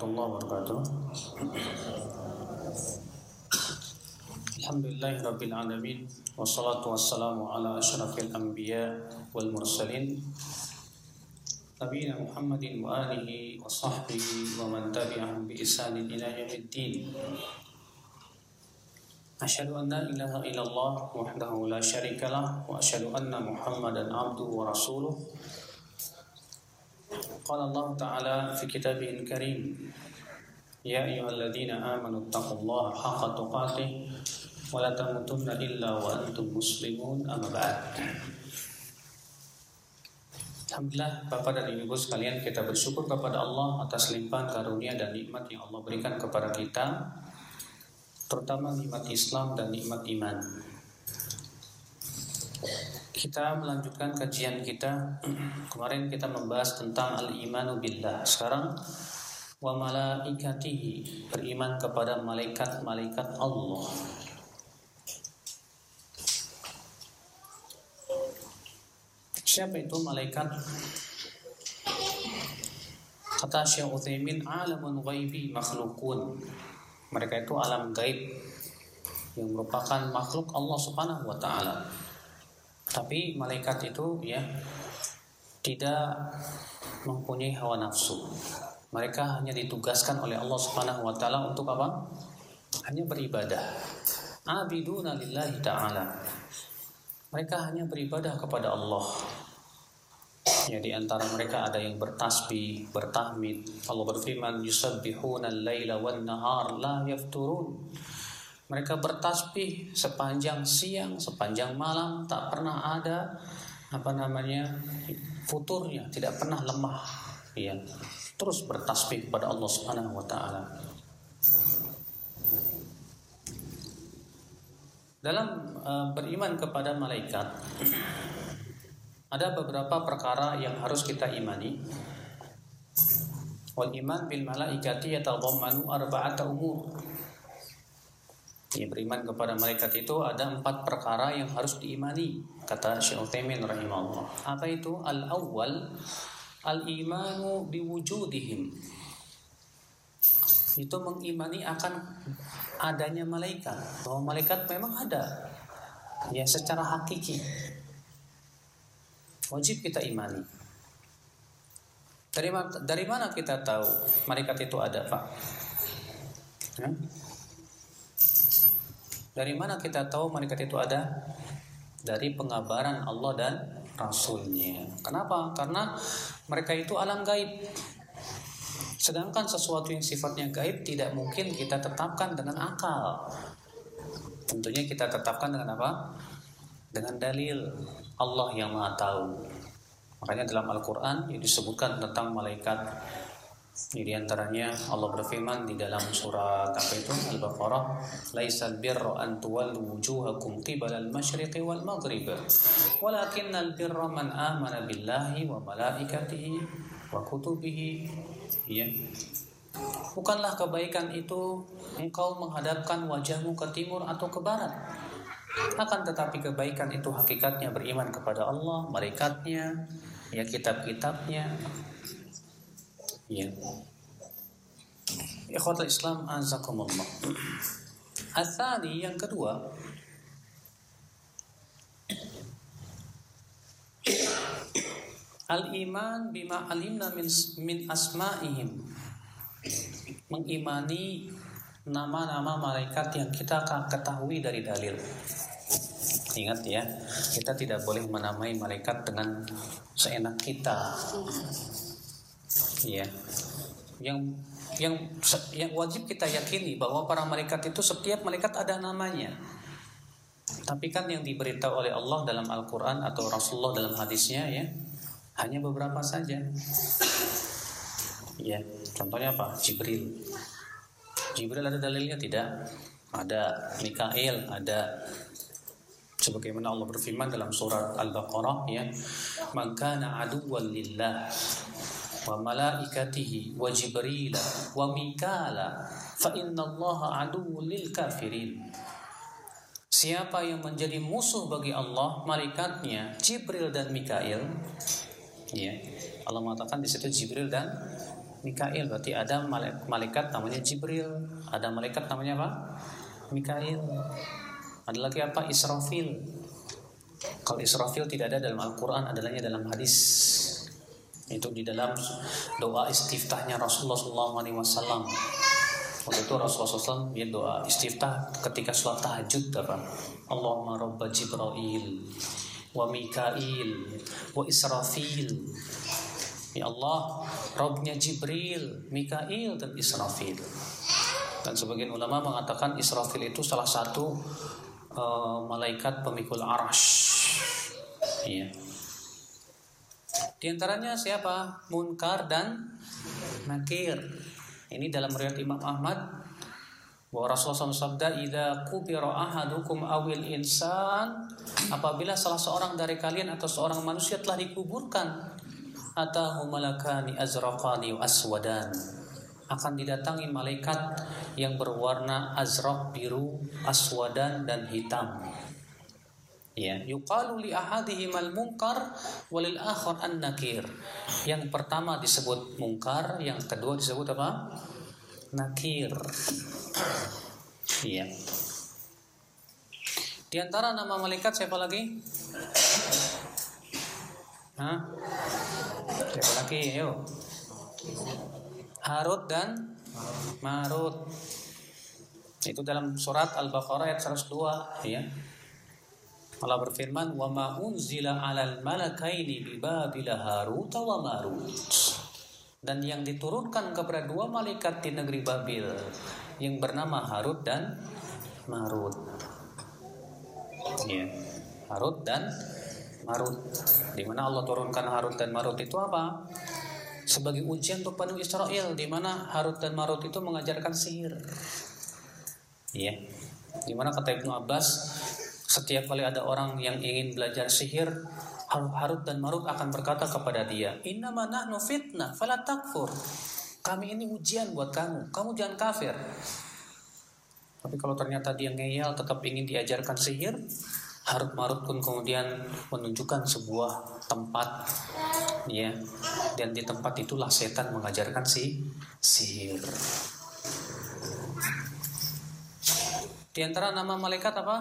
warahmatullahi wabarakatuh. Alhamdulillahirabbil alamin wassalatu wassalamu ala asyrafil anbiya wal mursalin nabiyina Muhammadin wa alihi wa sahbihi wa man tabi'ahum bi ihsanin ila yaumiddin. Asyhadu an la ilaha illallah wahdahu la syarikalah wa asyhadu anna Muhammadan abduhu wa rasuluh. Qala Allah Ta'ala fi kitabihil karim, ya ayyuhalladzina amanu taqullaha haqqa tuqatih wa la tamutunna illa wa antum muslimun, amma ba'd. Alhamdulillah, Bapak dan Ibu sekalian, kita bersyukur kepada Allah atas limpahan karunia dan nikmat yang Allah berikan kepada kita, terutama nikmat Islam dan nikmat iman. Kita melanjutkan kajian kita. Kemarin kita membahas tentang al-imanu billah. Sekarang wa malaikatihi, beriman kepada malaikat-malaikat Allah. Siapa itu malaikat? Kata Syekh Utsaimin, alamun ghaibi makhlukun. Mereka itu alam gaib yang merupakan makhluk Allah Subhanahu wa taala. Tapi malaikat itu tidak mempunyai hawa nafsu. Mereka hanya ditugaskan oleh Allah Subhanahu wa taala untuk apa? Hanya beribadah. Abiduna lillahi ta'ala. Mereka hanya beribadah kepada Allah. Ya, di antara mereka ada yang bertasbih, bertahmid. Allah berfirman, yusabbihuna al-laila wan nahar la yafturun. Mereka bertasbih sepanjang siang, sepanjang malam, tak pernah ada futurnya, tidak pernah lemah. Ya, terus bertasbih kepada Allah Subhanahu wa taala. Dalam beriman kepada malaikat ada beberapa perkara yang harus kita imani. Wal iman bil malaikati yatadammanu arba'ata umur. Ya, beriman kepada malaikat itu ada 4 perkara yang harus diimani, kata Syekh Utsaimin rahimahullah. Apa itu? Al-awwal al-imanu biwujudihim. Itu mengimani akan adanya malaikat, bahwa malaikat memang ada, ya, secara hakiki. Wajib kita imani. Dari mana kita tahu malaikat itu ada, Pak? Dari mana kita tahu malaikat itu ada? Dari pengabaran Allah dan Rasulnya. Kenapa? Karena mereka itu alam gaib. Sedangkan sesuatu yang sifatnya gaib tidak mungkin kita tetapkan dengan akal. Tentunya kita tetapkan dengan apa? Dengan dalil. Allah yang Maha Tahu. Makanya dalam Al-Quran disebutkan tentang malaikat. Di antaranya Allah berfirman di dalam surat Al-Baqarah, laisal birra an tuwallu wujuhakum qibala al-masyriqi wal maghrib walakinnal birra man amana billahi wa malaikatihi wa kutubihi. Ya. Bukanlah kebaikan itu engkau menghadapkan wajahmu ke timur atau ke barat. Akan tetapi kebaikan itu hakikatnya beriman kepada Allah, malaikatnya, ya, kitab-kitabnya. Ya. Ikhwatul Islam azakumullah. Al-thani, yang kedua, al-iman bima alimna min asma'ihim. Mengimani nama-nama malaikat yang kita ketahui dari dalil. Ingat ya, kita tidak boleh menamai malaikat dengan seenak kita. Ya. Yang wajib kita yakini bahwa para malaikat itu, setiap malaikat ada namanya. Tapi kan yang diberitahu oleh Allah dalam Al-Quran atau Rasulullah dalam hadisnya, ya, hanya beberapa saja. Ya, contohnya apa? Jibril ada dalilnya? Tidak ada. Mikail ada. Sebagaimana Allah berfirman dalam surat Al-Baqarah, ya, man kana aduwwan lillah wa malaikatihi wa jibril wa mikala fa innallaha aduwwul lil kafirin. Siapa yang menjadi musuh bagi Allah, malaikatnya, Jibril dan Mikail, ya, Allah mengatakan di situ Jibril dan Mikail, berarti ada malaikat namanya Jibril, ada malaikat namanya apa? Mikail. Ada lagi apa? Israfil. Kalau Israfil tidak ada dalam Al-Quran, adanya dalam hadis. Itu di dalam doa istiftahnya Rasulullah SAW. Waktu itu Rasulullah SAW dia doa istiftah ketika sholat tahajud apa? Allahumma rabba Jibril wa Mikail wa Israfil. Ya Allah, Rabbnya Jibril, Mikail dan Israfil. Dan sebagian ulama mengatakan Israfil itu salah satu malaikat pemikul arash. Iya. Di antaranya siapa? Munkar dan Nakir. Ini dalam riwayat Imam Ahmad bahwa Rasulullah SAW, "Idza qubira ahadukum awil insan," apabila salah seorang dari kalian atau seorang manusia telah dikuburkan, atahu malakani azraqani wa aswadan, akan didatangi malaikat yang berwarna azraq, biru, aswadan dan hitam. Ya, yuqalu li ahadihimal munkar walil akhar an-nakir. Yang pertama disebut munkar, yang kedua disebut apa? Nakir. Iya. Di antara nama malaikat siapa lagi? Hah? Siapa lagi? Yuk. Harut dan Marut. Itu dalam surat Al-Baqarah ayat 102, ya. Allah berfirman, "Wa ma unzila 'alal malakaini bi Babila Harut wa Marut." Dan yang diturunkan kepada dua malaikat di negeri Babil yang bernama Harut dan Marut. Ya. Harut dan Marut. Di mana Allah turunkan Harut dan Marut itu apa? Sebagai ujian untuk Bani Israel, di mana Harut dan Marut itu mengajarkan sihir. Iya. Di mana kata Ibnu Abbas, setiap kali ada orang yang ingin belajar sihir, Harut dan Marut akan berkata kepada dia, "Innama nahnu fitnah, fala takfur." Kami ini ujian buat kamu, kamu jangan kafir. Tapi kalau ternyata dia ngeyel, tetap ingin diajarkan sihir, Harut Marut pun kemudian menunjukkan sebuah tempat, ya, dan di tempat itulah setan mengajarkan sihir. Di antara nama malaikat apa?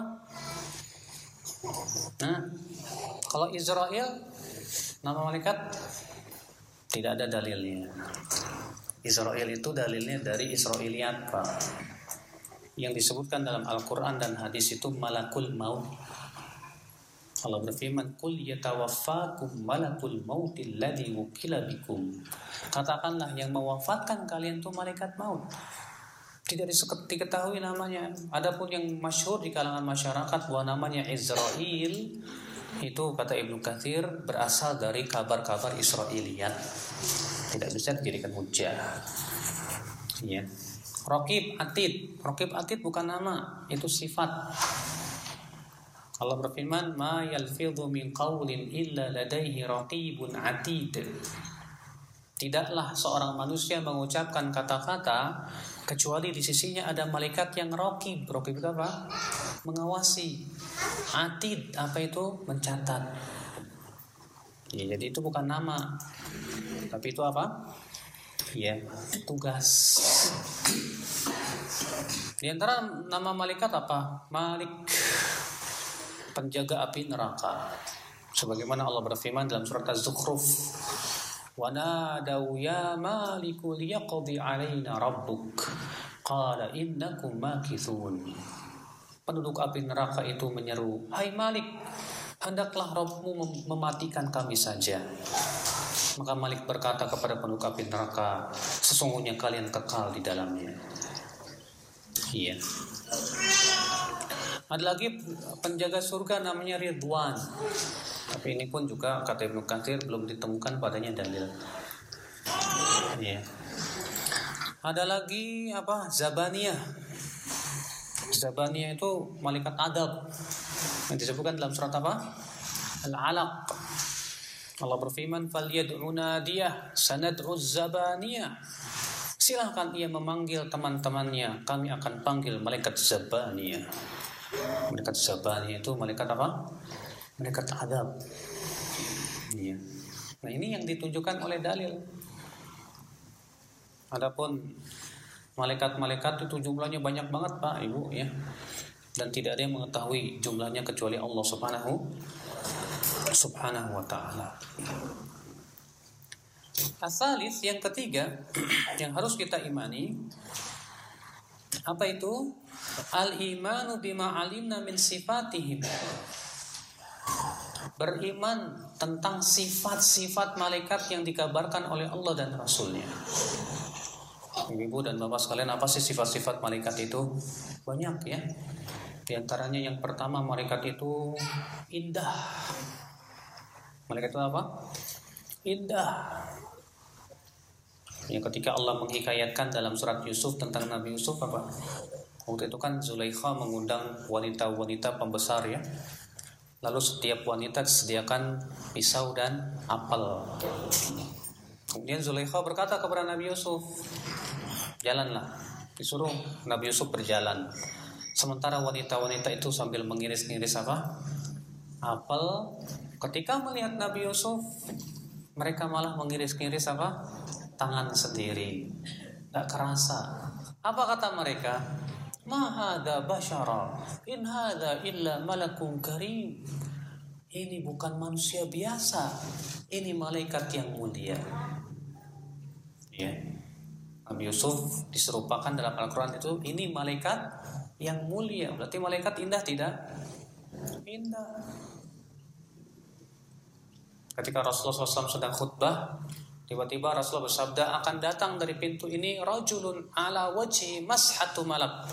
Nah, kalau Israel, nama malaikat tidak ada dalilnya. Israel itu dalilnya dari Israiliyat, Pak. Yang disebutkan dalam Al-Quran dan hadis itu malakul maut. Allah berfirman, "Qul yatawaffakum malakul mautil ladzi wukila bikum." Katakanlah yang mewafatkan kalian itu malaikat maut. Tidak diketahui namanya. Adapun yang masyhur di kalangan masyarakat bahwa namanya Israel, itu kata Ibnu Katsir berasal dari kabar-kabar Israiliyat. Tidak bisa dijadikan hujjah. Ya. Raqib Atid. Raqib Atid bukan nama, itu sifat. Allah berfirman, "Ma yalfidhu min qawlin illa ladaihi raqibun atid." Tidaklah seorang manusia mengucapkan kata-kata kecuali di sisinya ada malaikat yang raqib. Raqib itu apa? Mengawasi. Atid, apa itu? Mencatat. Ya, jadi itu bukan nama, tapi itu apa? Ya, tugas. Di antara nama malaikat apa? Malik, penjaga api neraka. Sebagaimana Allah berfirman dalam surat Az-Zukhruf, "Wa nadaw ya maliku liyaqdi 'alaina rabbuk qala innakum makithun." Penduduk api neraka itu menyeru, "Hai Malik, hendaklah Rabbmu mematikan kami saja." Maka Malik berkata kepada penduduk api neraka, "Sesungguhnya kalian kekal di dalamnya." Iya. Ada lagi penjaga surga namanya Ridwan. Tapi ini pun juga kata Ibnu Katsir belum ditemukan padanya dalil. Iya. Ada lagi apa? Zabaniyah. Zabaniyah itu malaikat adab. Yang disebutkan dalam surat apa? Al-Alaq. Allah berfirman, "Falyad'u nadiyah sanad'u zabaniyah." Silahkan ia memanggil teman-temannya, kami akan panggil malaikat Zabaniyah. Malaikat Zabaniyah itu malaikat apa? Malaikat adab. Iya. Nah, ini yang ditunjukkan oleh dalil. Adapun malaikat-malaikat itu jumlahnya banyak banget Pak Ibu ya. Dan tidak ada yang mengetahui jumlahnya kecuali Allah Subhanahu wa ta'ala. Asalis, yang ketiga yang harus kita imani, apa itu? Al-imanu bima alimna min sifatihim. Beriman tentang sifat-sifat malaikat yang dikabarkan oleh Allah dan Rasulnya. Ibu dan Bapak sekalian, apa sih sifat-sifat malaikat itu? Banyak ya. Di antaranya yang pertama, malaikat itu indah. Malaikat itu apa? Indah. Yang ketika Allah menghikayatkan dalam surat Yusuf tentang Nabi Yusuf apa? Waktu itu kan Zulaikha mengundang wanita-wanita pembesar ya. Lalu setiap wanita disediakan pisau dan apel. Kemudian Zulaikha berkata kepada Nabi Yusuf, jalanlah. Disuruh Nabi Yusuf berjalan. Sementara wanita-wanita itu sambil mengiris-ngiris apa? Apel. Ketika melihat Nabi Yusuf, mereka malah mengiris-ngiris apa? Tangan sendiri. Gak kerasa. Apa kata mereka? Ma hadza basyara in hadza illa malakun karim. Ini bukan manusia biasa, ini malaikat yang mulia. Ya. Nabi Yusuf diserupakan dalam Al-Qur'an itu ini malaikat yang mulia. Berarti malaikat indah tidak? Indah. Ketika Rasulullah SAW sedang khutbah, tiba-tiba Rasulullah bersabda, akan datang dari pintu ini rajulun ala wajhi mashatu malak.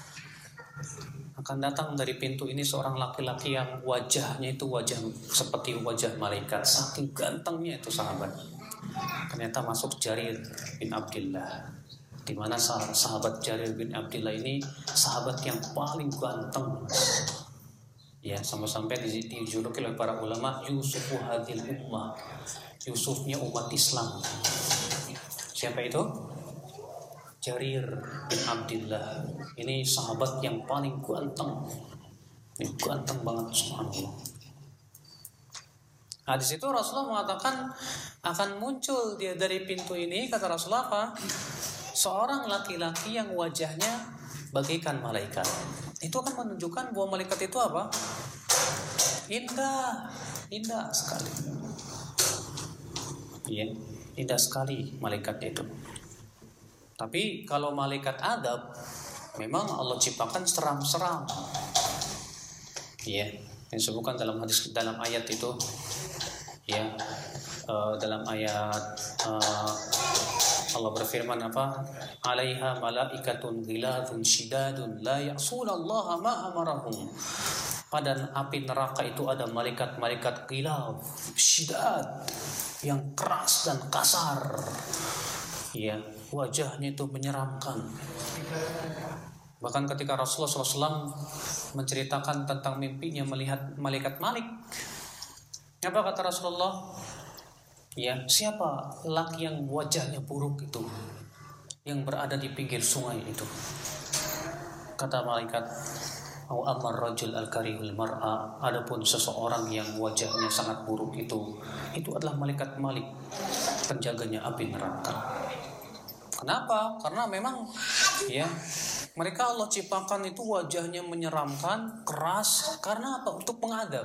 Akan datang dari pintu ini seorang laki-laki yang wajahnya itu wajah seperti wajah malaikat. Saking gantengnya itu sahabat. Ternyata masuk Jarir bin Abdullah. Di mana sahabat Jarir bin Abdullah ini sahabat yang paling ganteng. Ya, sampai-sampai dijuluki oleh para ulama Yusufu hadhil ummah. Yusufnya umat Islam. Siapa itu? Jarir bin Abdullah. Ini sahabat yang paling ganteng. Ganteng banget, subhanallah. Nah, di situ Rasulullah mengatakan akan muncul dia dari pintu ini, kata Rasulullah apa? Seorang laki-laki yang wajahnya bagaikan malaikat. Itu akan menunjukkan bahwa malaikat itu apa? Indah, indah sekali. Iya, indah sekali malaikat itu. Tapi kalau malaikat adab, memang Allah ciptakan seram-seram. Iya, yang disebutkan dalam hadis, dalam ayat itu, ya, dalam ayat Allah berfirman apa? Alaiha malaikatun ghiladun shidadun la ya'sunallaha ma amarahum. Pada api neraka itu ada malaikat-malaikat ghilad, shidad, yang keras dan kasar. Ya, wajahnya itu menyeramkan. Bahkan ketika Rasulullah SAW menceritakan tentang mimpinya melihat malaikat Malik, apa kata Rasulullah? Ya, siapa laki yang wajahnya buruk itu, yang berada di pinggir sungai itu? Kata malaikat, au amar rajul al-karihul mar'a. Adapun seseorang yang wajahnya sangat buruk itu adalah malaikat Malik, penjaganya api neraka. Kenapa? Karena memang ya, mereka Allah ciptakan itu wajahnya menyeramkan, keras. Karena apa? Untuk mengadab.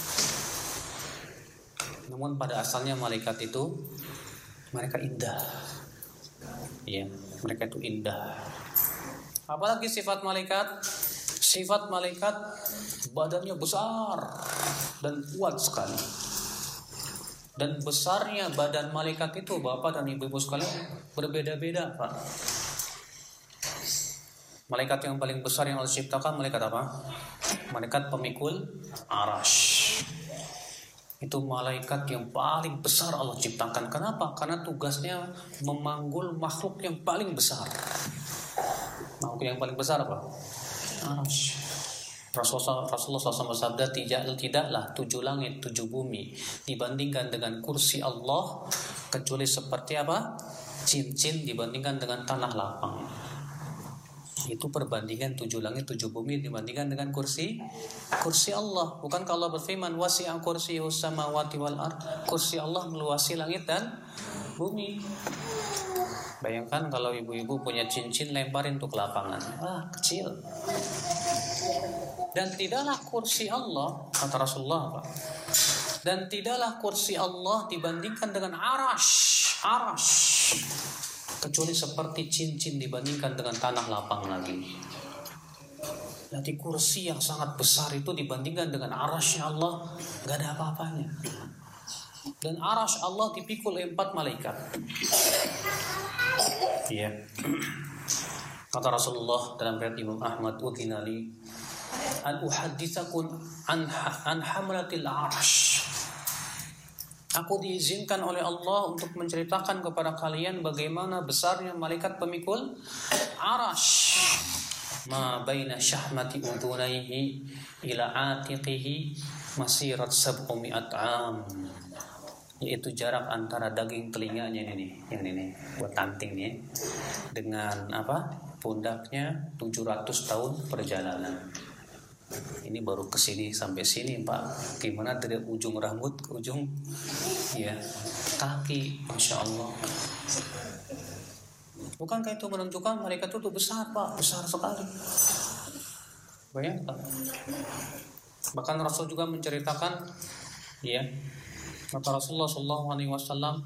Namun pada asalnya malaikat itu mereka indah. Ya, mereka itu indah. Apalagi sifat malaikat? Sifat malaikat badannya besar dan kuat sekali. Dan besarnya badan malaikat itu, Bapak dan Ibu sekalian, berbeda-beda, Pak. Malaikat yang paling besar yang Allah ciptakan malaikat apa? Malaikat pemikul arash. Itu malaikat yang paling besar Allah ciptakan. Kenapa? Karena tugasnya memanggul makhluk yang paling besar. Makhluk yang paling besar apa? Arash. Rasulullah SAW bersabda, tidaklah 7 langit 7 bumi dibandingkan dengan kursi Allah kecuali seperti apa? Cincin dibandingkan dengan tanah lapang. Itu perbandingan 7 langit 7 bumi dibandingkan dengan kursi Allah. Bukankah Allah berfirman, wasi'a kursiyyuhus samawati wal ard? Kursi Allah meluasi langit dan bumi. Bayangkan kalau ibu-ibu punya cincin, lemparin tuh ke lapangan. Kecil. Dan tidaklah kursi Allah, kata Rasulullah, Pak, dan tidaklah kursi Allah dibandingkan dengan arash, kecuali seperti cincin dibandingkan dengan tanah lapang lagi. Jadi kursi yang sangat besar itu dibandingkan dengan arashnya Allah, gak ada apa-apanya. Dan arash Allah dipikul oleh 4 malaikat. Iya. Kata Rasulullah dalam riwayat Imam Ahmad, "Udhinali an uhadditsakum an hamlatil arsh." Aku diizinkan oleh Allah untuk menceritakan kepada kalian bagaimana besarnya malaikat pemikul arash. Ma baina syahmati udhunaihi ila atiqihi masirat 700 am. Yaitu jarak antara daging telinganya ini buat tanting nih, dengan pundaknya 700 tahun perjalanan. Ini baru kesini sampai sini, Pak. Gimana dari ujung rambut ke ujung kaki, Masya Allah. Bukankah itu menunjukkan malaikat itu besar, Pak? Besar sekali. Bayangkan. Bahkan Rasul juga menceritakan, kata Rasulullah SAW,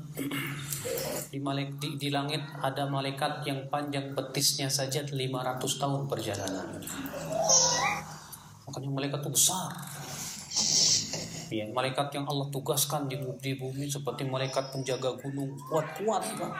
di langit ada malaikat yang panjang betisnya saja 500 tahun perjalanan. Makanya malaikat itu besar. Malaikat yang Allah tugaskan di bumi seperti malaikat penjaga gunung, kuat-kuat, Pak.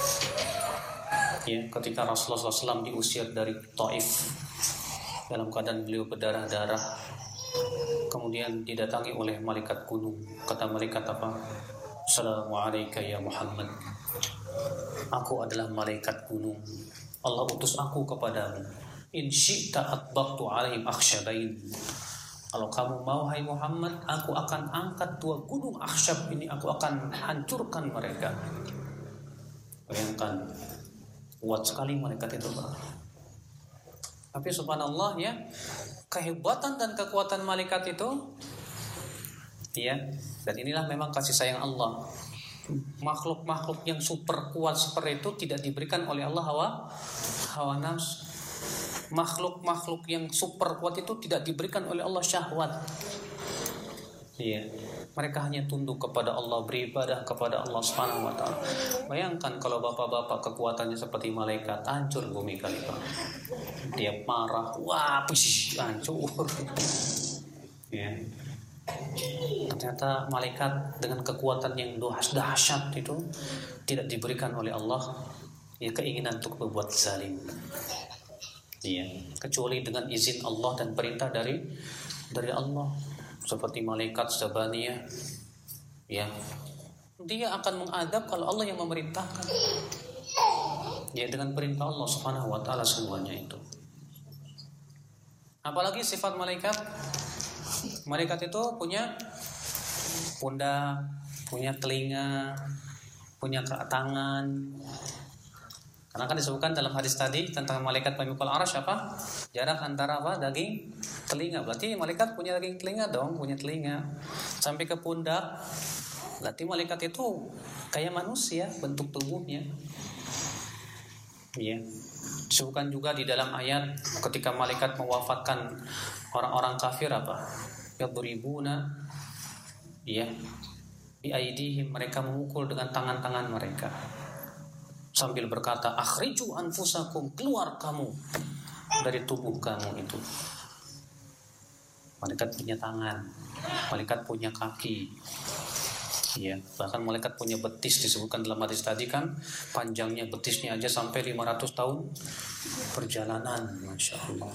Ketika Rasulullah SAW diusir dari Taif dalam keadaan beliau berdarah-darah, kemudian didatangi oleh malaikat gunung. Kata malaikat apa? "Assalamualaikum ya Muhammad. Aku adalah malaikat gunung. Allah utus aku kepadamu. In syi'ta atbaqtu alaihim akhsyabain." Kalau kamu mau, hai Muhammad, aku akan angkat 2 gunung akhsyab ini, aku akan hancurkan mereka. Bayangkan, kuat sekali malaikat itu, Pak. Tapi subhanallah kehebatan dan kekuatan malaikat itu, dan inilah memang kasih sayang Allah. Makhluk-makhluk yang super kuat seperti itu tidak diberikan oleh Allah hawa nafsu. Makhluk-makhluk yang super kuat itu tidak diberikan oleh Allah syahwat. Mereka hanya tunduk kepada Allah, beribadah kepada Allah Subhanahu wa taala. Bayangkan kalau bapak-bapak kekuatannya seperti malaikat, hancur bumi kali, Pak. Dia marah, hancur. Ternyata malaikat dengan kekuatan yang dahsyat itu tidak diberikan oleh Allah keinginan untuk berbuat zalim. Kecuali dengan izin Allah dan perintah dari Allah. Seperti malaikat Zabaniyah, dia akan mengadab kalau Allah yang memerintahkan. Dengan perintah Allah Subhanahu wa taala semuanya itu. Apalagi sifat malaikat. Malaikat itu punya pundak, punya telinga, punya tangan. Karena kan disebutkan dalam hadis tadi tentang malaikat pemikul arash jarak antara daging telinga. Berarti malaikat punya daging telinga dong, punya telinga sampai ke pundak. Berarti malaikat itu kayak manusia bentuk tubuhnya. Disebutkan juga di dalam ayat ketika malaikat mewafatkan orang-orang kafir yadribuna bi aidihim, mereka memukul dengan tangan-tangan mereka sambil berkata, "Akhriju anfusakum," keluar kamu dari tubuh kamu itu. Malaikat punya tangan, malaikat punya kaki. Bahkan malaikat punya betis, disebutkan dalam hadis tadi kan, panjangnya betisnya aja sampai 500 tahun perjalanan, Masya Allah.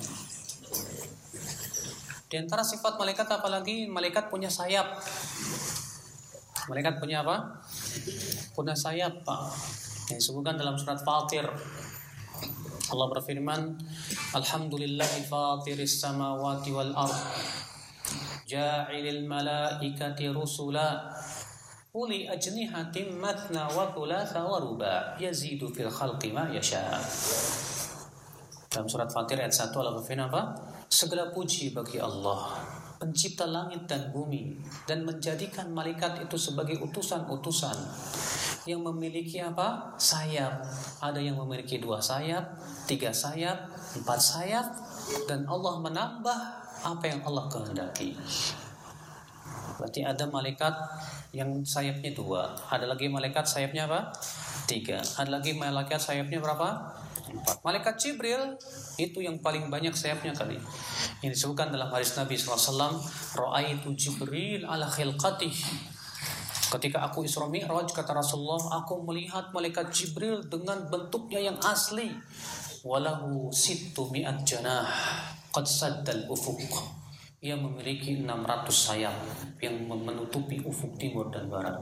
Di antara sifat malaikat apalagi, malaikat punya sayap. Malaikat punya apa? Punya sayap, Pak. Yang disebutkan dalam surat Fatir. Allah berfirman, "Alhamdulillahi fatiris samawati wal ard, ja'ilil malaikati rusula, uli ajnihatim matna wa thulatha wa ruba, yazidu fil khalqi ma yasha." Dalam surat Fatir ayat 1 Allah berfirman apa? Segala puji bagi Allah, pencipta langit dan bumi, dan menjadikan malaikat itu sebagai utusan-utusan yang memiliki apa? Sayap. Ada yang memiliki 2 sayap, 3 sayap, 4 sayap, dan Allah menambah apa yang Allah kehendaki. Berarti ada malaikat yang sayapnya 2, ada lagi malaikat sayapnya apa? 3, ada lagi malaikat sayapnya berapa? 4. Malaikat Jibril itu yang paling banyak sayapnya kali. Ini disebutkan dalam hadis Nabi SAW, Ra'aitu Jibril ala khilqatih. Ketika aku Isra Mi'raj, kata Rasulullah, aku melihat malaikat Jibril dengan bentuknya yang asli. Walahu 600 janah qad saddal ufuq. Ia memiliki 600 sayap yang menutupi ufuk timur dan barat.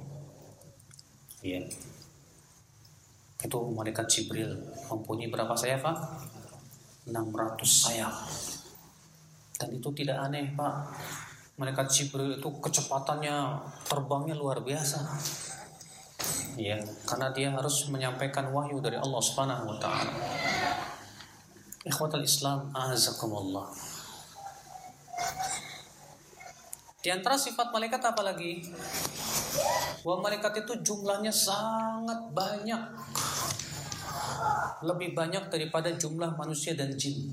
Ya. Itu malaikat Jibril mempunyai berapa sayap, Pak? 600 sayap. Dan itu tidak aneh, Pak. Malaikat Jibril itu kecepatannya, terbangnya luar biasa. Ya, karena dia harus menyampaikan wahyu dari Allah Subhanahu wa taala. Ikhwatul Islam, a'azakumullah. Di antara sifat malaikat apa lagi? Bahwa malaikat itu jumlahnya sangat banyak. Lebih banyak daripada jumlah manusia dan jin.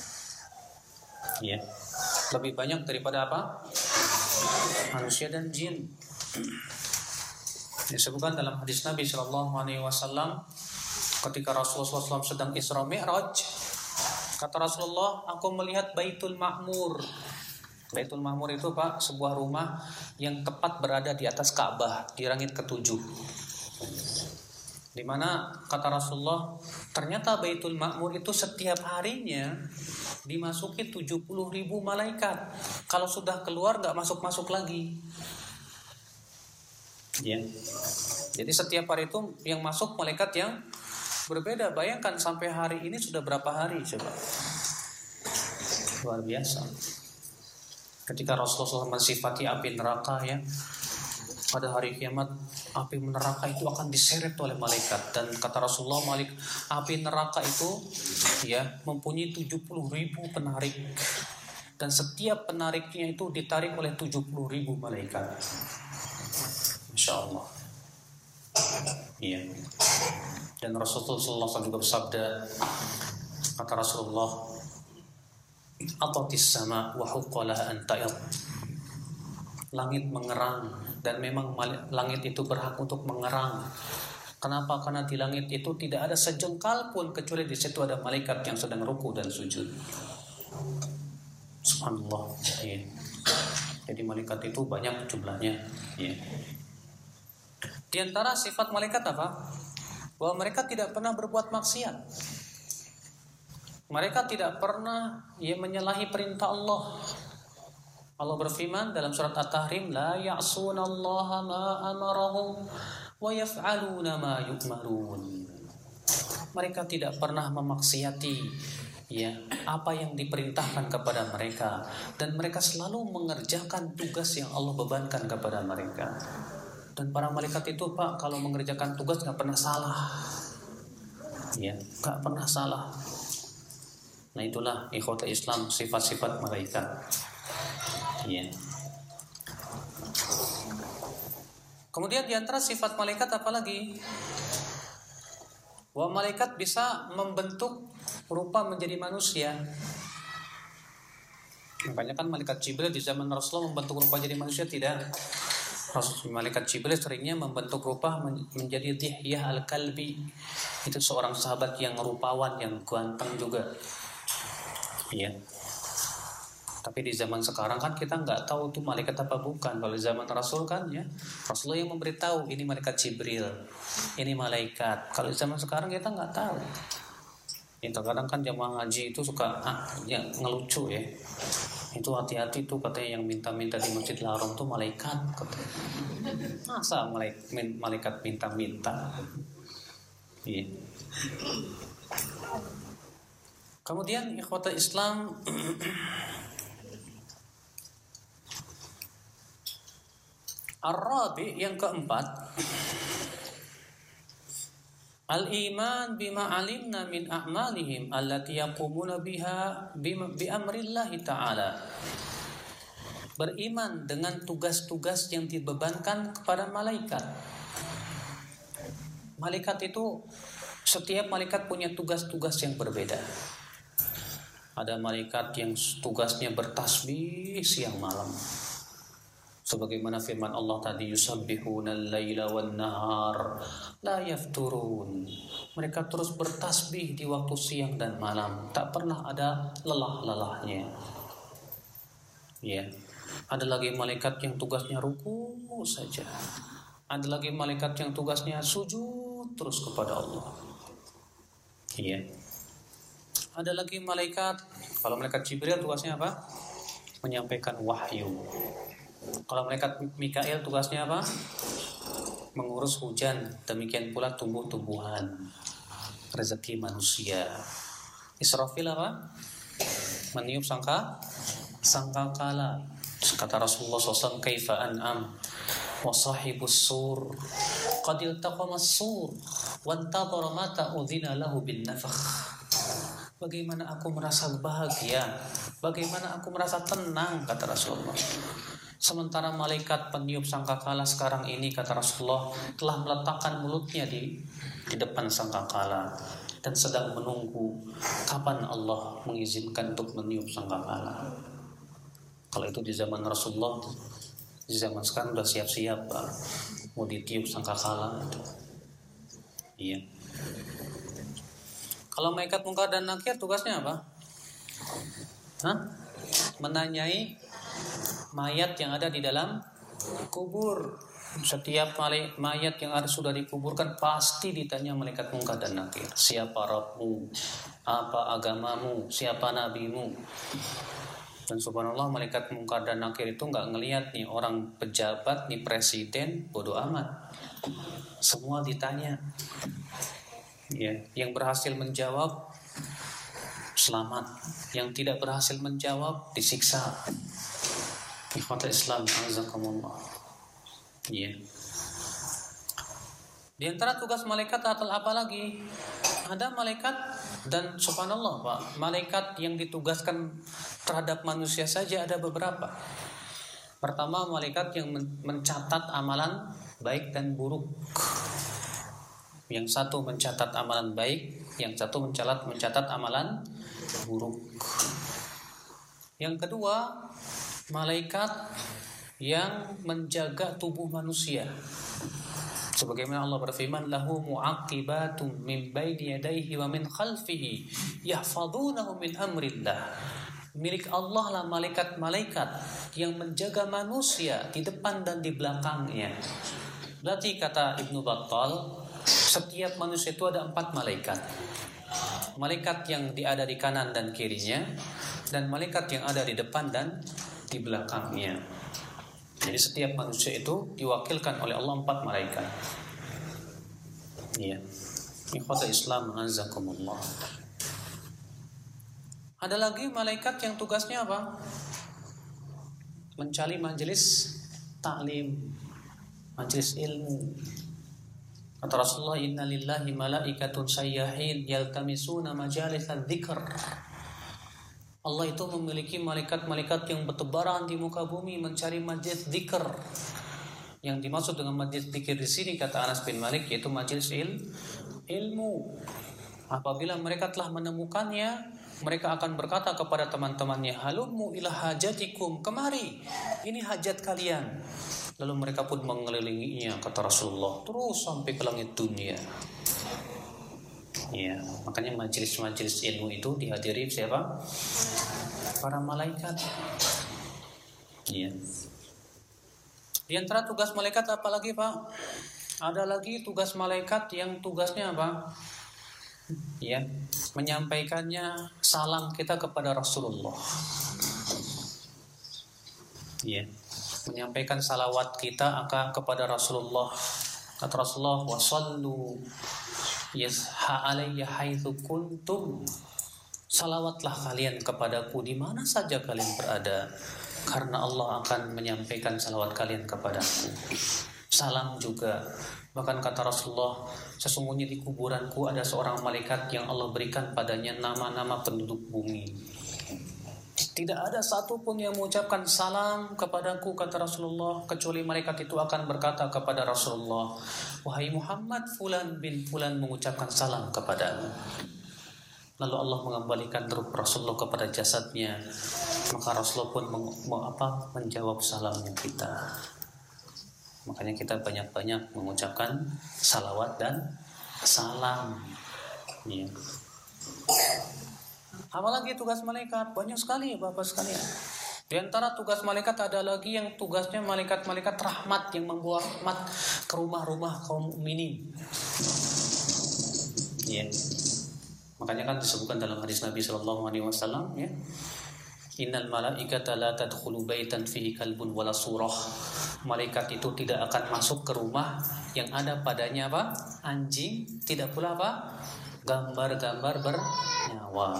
Ya. Lebih banyak daripada apa? Manusia dan jin. Disebutkan dalam hadis Nabi SAW ketika Rasulullah SAW sedang Isra Mi'raj, kata Rasulullah, aku melihat Baitul Ma'mur. Baitul Ma'mur itu, Pak, sebuah rumah yang tepat berada di atas Ka'bah di langit ke-7. Di mana kata Rasulullah, ternyata Baitul Ma'mur itu setiap harinya dimasuki 70.000 malaikat. Kalau sudah keluar nggak masuk-masuk lagi. Ya. Jadi setiap hari itu yang masuk malaikat yang berbeda. Bayangkan sampai hari ini sudah berapa hari coba. Luar biasa. Ketika Rasulullah mensifati api neraka, ya, pada hari kiamat api neraka itu akan diseret oleh malaikat. Dan kata Rasulullah, api neraka itu, ya, mempunyai 70.000 penarik. Dan setiap penariknya itu ditarik oleh 70.000 malaikat. Masya Allah. Iya. Dan Rasulullah SAW juga bersabda, kata Rasulullah, atatis sama wa huqqalaha an ta'id. Langit mengerang, dan memang langit itu berhak untuk mengerang. Kenapa? Karena di langit itu tidak ada sejengkal pun kecuali di situ ada malaikat yang sedang ruku dan sujud. Subhanallah. Ya. Jadi malaikat itu banyak jumlahnya. Ya. Di antara sifat malaikat apa? Bahwa mereka tidak pernah berbuat maksiat. Mereka tidak pernah menyalahi perintah Allah. Allah berfirman dalam surat At-Tahrim, la ya'sunallaha ma amarahum wa yaf'aluna ma yu'marun. Mereka tidak pernah memaksiati apa yang diperintahkan kepada mereka, dan mereka selalu mengerjakan tugas yang Allah bebankan kepada mereka. Dan para malaikat itu, Pak, kalau mengerjakan tugas nggak pernah salah. Ya, nggak pernah salah. Nah, itulah ikhwatul Islam, sifat-sifat malaikat. Ya. Kemudian di antara sifat malaikat apa lagi? Bahwa malaikat bisa membentuk rupa menjadi manusia. Makanya kan malaikat Jibril di zaman Rasulullah membentuk rupa jadi manusia tidak. Malaikat Jibril seringnya membentuk rupa menjadi Dihyah al-Kalbi. Itu seorang sahabat yang rupawan, yang ganteng juga. Iya. Tapi di zaman sekarang kan kita nggak tahu itu malaikat apa bukan. Kalau di zaman Rasul kan, ya, Rasulullah yang memberitahu ini malaikat Jibril, ini malaikat. Kalau di zaman sekarang kita nggak tahu. Ya, terkadang kan jamaah haji itu suka yang ngelucu, ya. Itu hati-hati tuh katanya yang minta-minta di Masjidil Haram tuh malaikat katanya. Masa malaikat minta-minta? Iya. Kemudian ikhwatul Islam, Ar-Rabi, yang keempat, al-iman bima alimna min a'malihim allati yaqumuna biha bi amrillahi ta'ala. Beriman dengan tugas-tugas yang dibebankan kepada malaikat. Malaikat itu, setiap malaikat punya tugas-tugas yang berbeda. Ada malaikat yang tugasnya bertasbih siang malam. Sebagaimana firman Allah tadi, yusabbihuna al-laila wan-nahar la yafturun. Mereka terus bertasbih di waktu siang dan malam, tak pernah ada lelah-lelahnya. Ya. Ada lagi malaikat yang tugasnya ruku saja. Ada lagi malaikat yang tugasnya sujud terus kepada Allah. Ya. Ada lagi malaikat, kalau malaikat Jibril tugasnya apa? Menyampaikan wahyu. Kalau malaikat Mikail tugasnya apa? Mengurus hujan, demikian pula tumbuh-tumbuhan, rezeki manusia. Israfil apa? Meniup sangkakala. Kata Rasulullah SAW, kaifa an'am wa sahibus sur qad iltaqama as-sur wa antadhara ma ta'udhina lahu bin nafakh. Bagaimana aku merasa bahagia, bagaimana aku merasa tenang, kata Rasulullah. Sementara malaikat peniup sangkakala sekarang ini, kata Rasulullah, telah meletakkan mulutnya di depan sangkakala dan sedang menunggu kapan Allah mengizinkan untuk meniup sangkakala. Kalau itu di zaman Rasulullah, di zaman sekarang udah siap-siap mau ditiup sangkakala. Iya. Kalau malaikat Munkar dan Nakir tugasnya apa? Menanyai mayat yang ada di dalam kubur. Setiap mayat yang sudah dikuburkan pasti ditanya malaikat Munkar dan Nakir. Siapa Rabbmu? Apa agamamu? Siapa nabimu? Dan subhanallah, malaikat Munkar dan Nakir itu nggak ngelihat nih orang pejabat, nih presiden, bodoh amat. Semua ditanya. Ya, yang berhasil menjawab selamat, yang tidak berhasil menjawab disiksa. Ikhwatul Islam, azakumullah. Ya. Di antara tugas malaikat adalah apa lagi? Ada malaikat, dan subhanallah Pak, malaikat yang ditugaskan terhadap manusia saja ada beberapa. Pertama, malaikat yang mencatat amalan baik dan buruk. Yang satu mencatat amalan baik, yang satu mencatat amalan buruk. Yang kedua, malaikat yang menjaga tubuh manusia. Sebagaimana Allah berfirman, lahu mu'aqibatum min baini yadayhi wa min khalfihi yahfazunahu min amrillah. Milik Allah lah malaikat-malaikat yang menjaga manusia di depan dan di belakangnya. Berarti kata Ibnu Battal, setiap manusia itu ada 4 malaikat. Malaikat yang ada di kanan dan kirinya, dan malaikat yang ada di depan dan di belakangnya. Jadi setiap manusia itu diwakilkan oleh Allah 4 malaikat. Iya. Ikhwatul Islam, azakumullah. Ada lagi malaikat yang tugasnya apa? Mencari majelis taklim, majelis ilmu. Kata Rasulullah, inna lillahi malaikatun sayyahin yaltamisuna majalisa dzikr. Allah itu memiliki malaikat-malaikat yang bertebaran di muka bumi mencari majelis zikr. Yang dimaksud dengan majelis zikir di sini, kata Anas bin Malik, yaitu majelis ilmu. Apabila mereka telah menemukannya, mereka akan berkata kepada teman-temannya, halummu ila hajatikum, kemari, ini hajat kalian. Lalu mereka pun mengelilinginya, kata Rasulullah, terus sampai ke langit dunia. Ya, makanya majelis-majelis ilmu itu dihadiri siapa? Para malaikat. Ya. Di antara tugas malaikat apa lagi, Pak? Ada lagi tugas malaikat yang tugasnya apa? Ya, menyampaikannya salam kita kepada Rasulullah. Ya, menyampaikan salawat kita kepada Rasulullah. Kata Rasulullah, wasallu yasha alayya haitsu kuntum. Salawatlah kalian kepadaku di mana saja kalian berada, karena Allah akan menyampaikan salawat kalian kepadaku. Salam juga. Bahkan kata Rasulullah, sesungguhnya di kuburanku ada seorang malaikat yang Allah berikan padanya nama-nama penduduk bumi. Tidak ada satupun yang mengucapkan salam kepadaku, kata Rasulullah, kecuali malaikat itu akan berkata kepada Rasulullah, wahai Muhammad, fulan bin fulan mengucapkan salam kepadamu. Lalu Allah mengembalikan ruh Rasulullah kepada jasadnya, maka Rasulullah pun menjawab salamnya kita. Makanya kita banyak-banyak mengucapkan salawat dan salam. Ya. Apalagi tugas malaikat banyak sekali Bapak sekalian. Di antara tugas malaikat ada lagi yang tugasnya malaikat-malaikat rahmat yang membawa rahmat ke rumah-rumah kaum mukminin. Ya. Makanya kan disebutkan dalam hadis Nabi sallallahu alaihi wasallam, ya. Innal malaikata la tadkhulu baitan fihi kalbun wala surah. Malaikat itu tidak akan masuk ke rumah yang ada padanya apa? Anjing, tidak pula apa? Gambar-gambar bernyawa.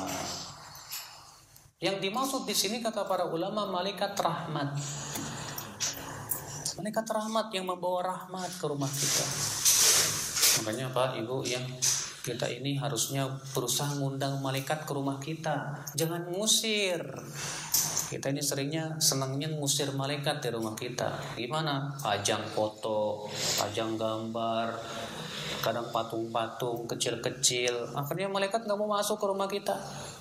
Yang dimaksud di sini kata para ulama malaikat rahmat. Malaikat rahmat yang membawa rahmat ke rumah kita. Makanya Pak, Ibu yang kita ini harusnya berusaha ngundang malaikat ke rumah kita. Jangan ngusir. Kita ini senangnya ngusir malaikat di rumah kita. Gimana? Pajang foto, pajang gambar, kadang patung-patung kecil-kecil. Akhirnya malaikat nggak mau masuk ke rumah kita.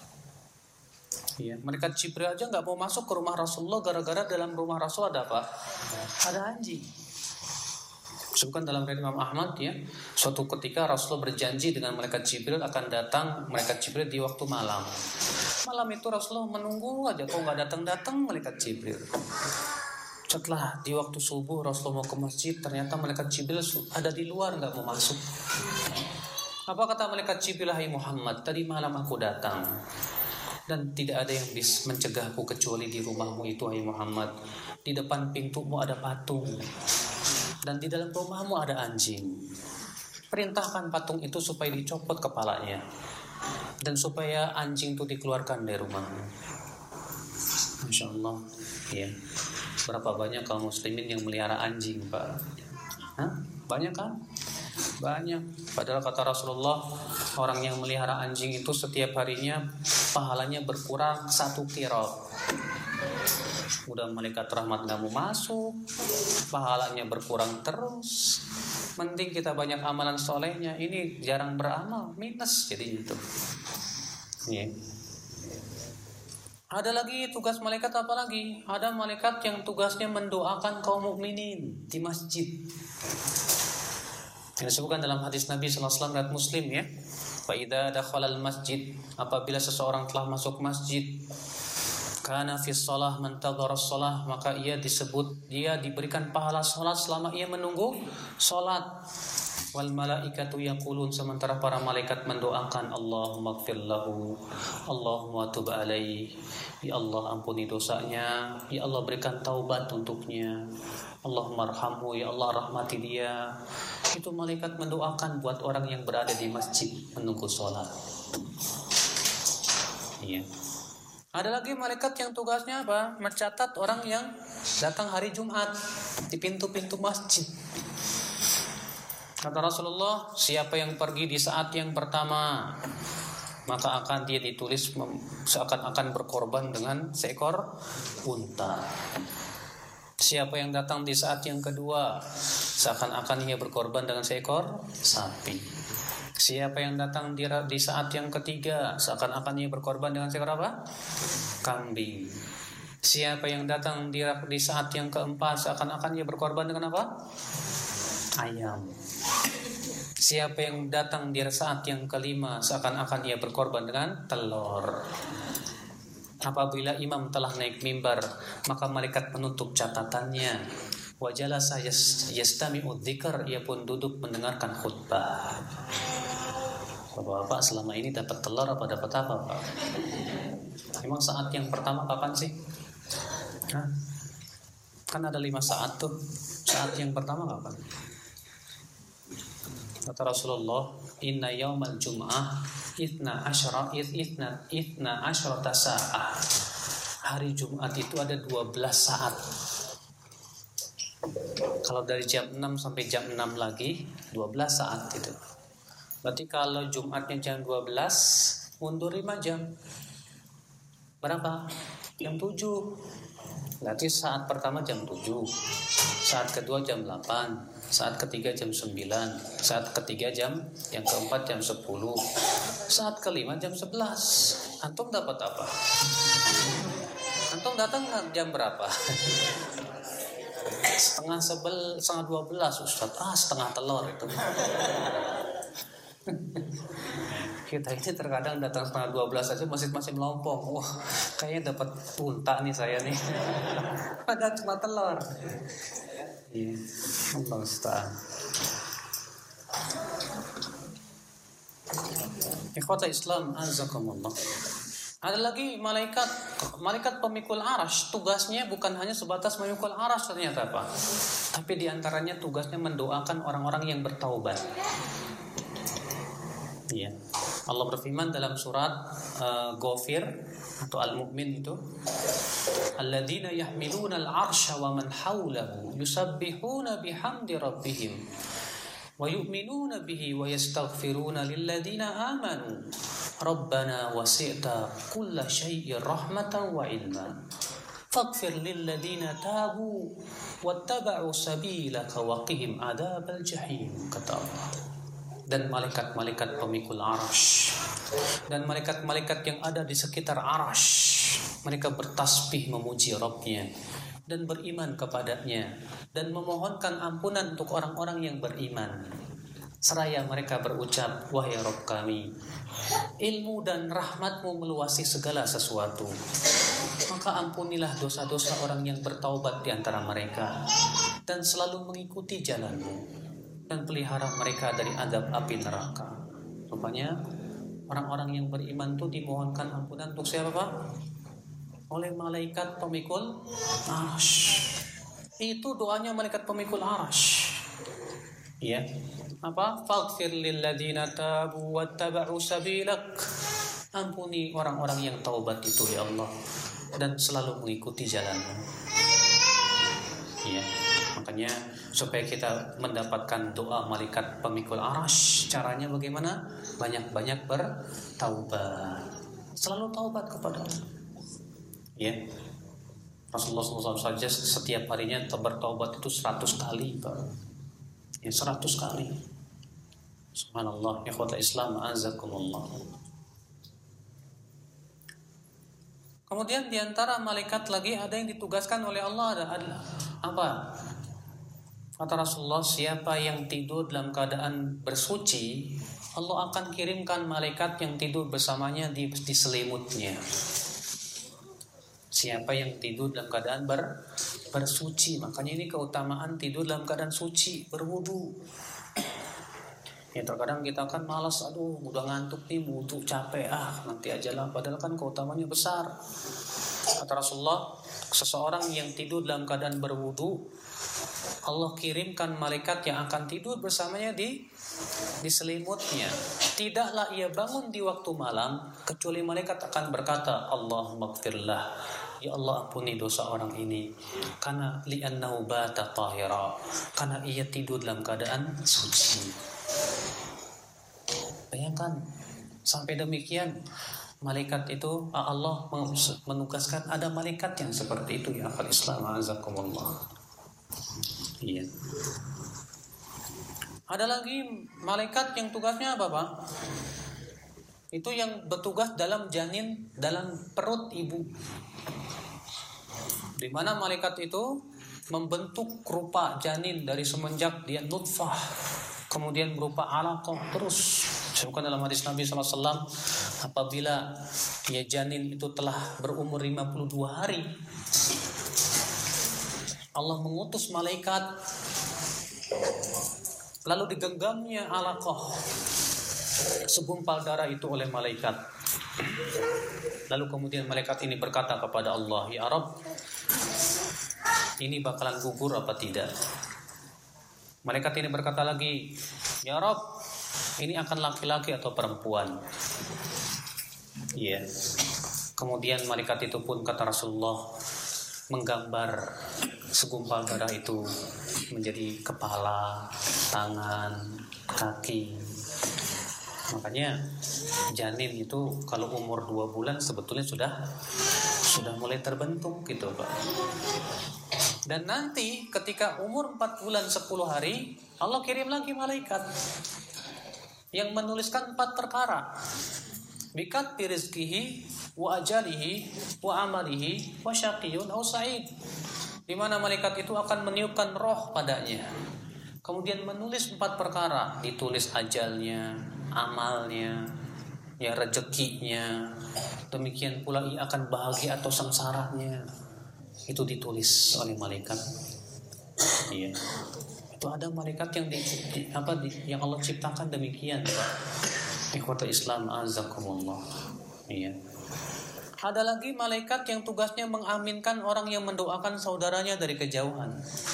Ya, malaikat Jibril aja nggak mau masuk ke rumah Rasulullah gara-gara dalam rumah Rasul ada apa? Ada anjing. Disebutkan dalam riwayat Imam Ahmad, ya, suatu ketika Rasulullah berjanji dengan malaikat Jibril akan datang malaikat Jibril di waktu malam. Malam itu Rasulullah menunggu aja, kok nggak datang-datang malaikat Jibril. Setelah di waktu subuh Rasulullah mau ke masjid, ternyata malaikat Jibril ada di luar, nggak mau masuk. Apa kata malaikat Jibril? Hai Muhammad, tadi malam aku datang dan tidak ada yang bisa mencegahku kecuali di rumahmu itu, hai Muhammad. Di depan pintumu ada patung dan di dalam rumahmu ada anjing. Perintahkan patung itu supaya dicopot kepalanya dan supaya anjing itu dikeluarkan dari rumahmu. Masya Allah, ya. Berapa banyak kaum muslimin yang melihara anjing, Pak? Hah? Banyak kan? Banyak. Padahal kata Rasulullah, orang yang melihara anjing itu setiap harinya pahalanya berkurang 1 qirab. Udah malaikat rahmat gak mau masuk, pahalanya berkurang terus. Mending kita banyak amalan solehnya, ini jarang beramal, minus jadi itu. Yeah. Ada lagi tugas malaikat apa lagi? Ada malaikat yang tugasnya mendoakan kaum mukminin di masjid. Yang disebutkan dalam hadis Nabi sallallahu alaihi wasallam Muslim, ya. Fa idza dakhala al-masjid, apabila seseorang telah masuk masjid, kana fi shalah man tadhara shalah, maka dia diberikan pahala salat selama ia menunggu salat. Wal malaikatu yaqulun, sementara para malaikat mendoakan, Allahumma ighfir lahu, Allahumma tub alaihi, ya Allah ampuni dosanya, ya Allah berikan taubat untuknya, Allahumma arhamhu, ya Allah rahmati dia. Itu malaikat mendoakan buat orang yang berada di masjid menunggu salat. Iya. Ada lagi malaikat yang tugasnya apa? Mencatat orang yang datang hari Jumat di pintu-pintu masjid. Kata Rasulullah, siapa yang pergi di saat yang pertama, maka akan dia ditulis seakan-akan berkorban dengan seekor unta. Siapa yang datang di saat yang kedua, seakan-akan ia berkorban dengan seekor sapi. Siapa yang datang di saat yang ketiga, seakan-akan ia berkorban dengan seekor apa? Kambing. Siapa yang datang di saat yang keempat, seakan-akan ia berkorban dengan apa? Ayam. Siapa yang datang di saat yang kelima, seakan-akan ia berkorban dengan telur. Apabila imam telah naik mimbar, maka malaikat menutup catatannya. Wa jalasa yastami'u dzikr, ia pun duduk mendengarkan khutbah. Bapak-bapak selama ini dapat telur apa dapat apa, Pak? Emang saat yang pertama kapan sih? Hah? Kan ada 5 saat tuh. Saat yang pertama kapan? Kata Rasulullah, inna yaumal jum'ah itna asyrata sa'ah. Hari Jumat itu ada 12 saat. Kalau dari jam 6 sampai jam 6 lagi 12 saat itu. Berarti kalau Jumatnya jam 12, mundur 5 jam. Berapa? Jam 7. Berarti saat pertama jam 7, saat kedua jam 8, saat ketiga jam 9, saat ketiga yang keempat jam 10, saat kelima jam 11. Antum dapat apa? Antum datang jam berapa? setengah 12, Ustaz. Setengah telur itu. Kita ini terkadang datang setengah 12 aja masih melompong. Wah, kayaknya dapat unta nih saya nih. Padahal cuma telur. Iya, Allah Ustaz. Ikhwata Islam azakumullah. Ada lagi malaikat pemikul arasy, tugasnya bukan hanya sebatas memikul arasy ternyata Pak. Tapi diantaranya tugasnya mendoakan orang-orang yang bertaubat. Iya. Allah berfirman dalam surat Ghafir atau Al-Mu'min itu, alladzina yahmiluna al-'arsya wa man hawlahu yusabbihuna bihamdi rabbihim wa yu'minuna bihi wa yastaghfiruna lilladzina amanu rabbana wasi'ta kulla syai'in rahmatan wa ilma faghfir lilladzina tabu wattaba'u sabilaka wa qihim adzabal jahim, kata Allah. Dan malaikat-malaikat pemikul arasy dan malaikat-malaikat yang ada di sekitar arasy, mereka bertasbih memuji Rabb-nya dan beriman kepadanya dan memohonkan ampunan untuk orang-orang yang beriman. Seraya mereka berucap, wahai Rabb kami, ilmu dan rahmat-Mu meluasi segala sesuatu, maka ampunilah dosa-dosa orang yang bertaubat di antara mereka dan selalu mengikuti jalan-Mu, dan pelihara mereka dari azab api neraka. Rupanya orang-orang yang beriman itu dimohonkan ampunan untuk siapa Pak? Oleh malaikat pemikul arasy. Itu doanya malaikat pemikul arasy. Ya. Apa? Faghfir lil ladzina tabu wattaba'u sabilak. Ampuni orang-orang yang taubat itu ya Allah dan selalu mengikuti jalan-Mu. Ya. Makanya supaya kita mendapatkan doa malaikat pemikul arasy, caranya bagaimana? Banyak-banyak bertaubat. Selalu taubat kepada Allah. Ya. Rasulullah SAW saja setiap harinya bertaubat itu 100 kali, Pak. Ya, 100 kali. Subhanallah, ikhwata Islam azakumullah. Kemudian diantara malaikat lagi ada yang ditugaskan oleh Allah, ada apa? Kata Rasulullah, siapa yang tidur dalam keadaan bersuci, Allah akan kirimkan malaikat yang tidur bersamanya di selimutnya. Siapa yang tidur dalam keadaan bersuci, makanya ini keutamaan tidur dalam keadaan suci, berwudu. Ya terkadang kita kan malas, aduh udah ngantuk nih, wudu capek, nanti aja lah. Padahal kan keutamaannya besar. Kata Rasulullah, seseorang yang tidur dalam keadaan berwudu, Allah kirimkan malaikat yang akan tidur bersamanya di selimutnya. Tidaklah ia bangun di waktu malam kecuali malaikat akan berkata, Allahumma ighfirlah, ya Allah ampuni dosa orang ini, karena li'annahu bata tahira, karena ia tidur dalam keadaan suci. Bayangkan sampai demikian malaikat itu, Allah menugaskan ada malaikat yang seperti itu ya akhwal Islam azakumullah. Iya. Ada lagi malaikat yang tugasnya apa Pak? Itu yang bertugas dalam janin, dalam perut ibu. Di mana malaikat itu membentuk rupa janin dari semenjak dia nutfah, kemudian berupa alaqah terus. Sebutkan dalam hadis Nabi SAW, apabila ya janin itu telah berumur 52 hari, Allah mengutus malaikat, lalu digenggamnya alaqah, segumpal darah itu oleh malaikat. Lalu kemudian malaikat ini berkata kepada Allah, ya Rabb, ini bakalan gugur apa tidak? Malaikat ini berkata lagi, ya Rabb, ini akan laki-laki atau perempuan? Iya. Kemudian malaikat itu pun, kata Rasulullah, menggambar segumpal darah itu menjadi kepala, tangan, kaki. Makanya janin itu kalau umur 2 bulan sebetulnya sudah sudah mulai terbentuk gitu Pak. Dan nanti ketika umur 4 bulan 10 hari, Allah kirim lagi malaikat yang menuliskan 4 perkara. Bikat rizqihi wa ajalihi wa amalihi wa syaqiyun aw sa'id. Di mana malaikat itu akan meniupkan roh padanya. Kemudian menulis 4 perkara, ditulis ajalnya, amalnya, ya rezekinya. Demikian pula ia akan bahagia atau sengsaranya. Itu ditulis oleh malaikat. Iya. Itu ada malaikat yang yang Allah ciptakan demikian, Pak. Ikhwatul Islam azakumullah. Iya. Ada lagi malaikat yang tugasnya mengaminkan orang yang mendoakan saudaranya dari kejauhan.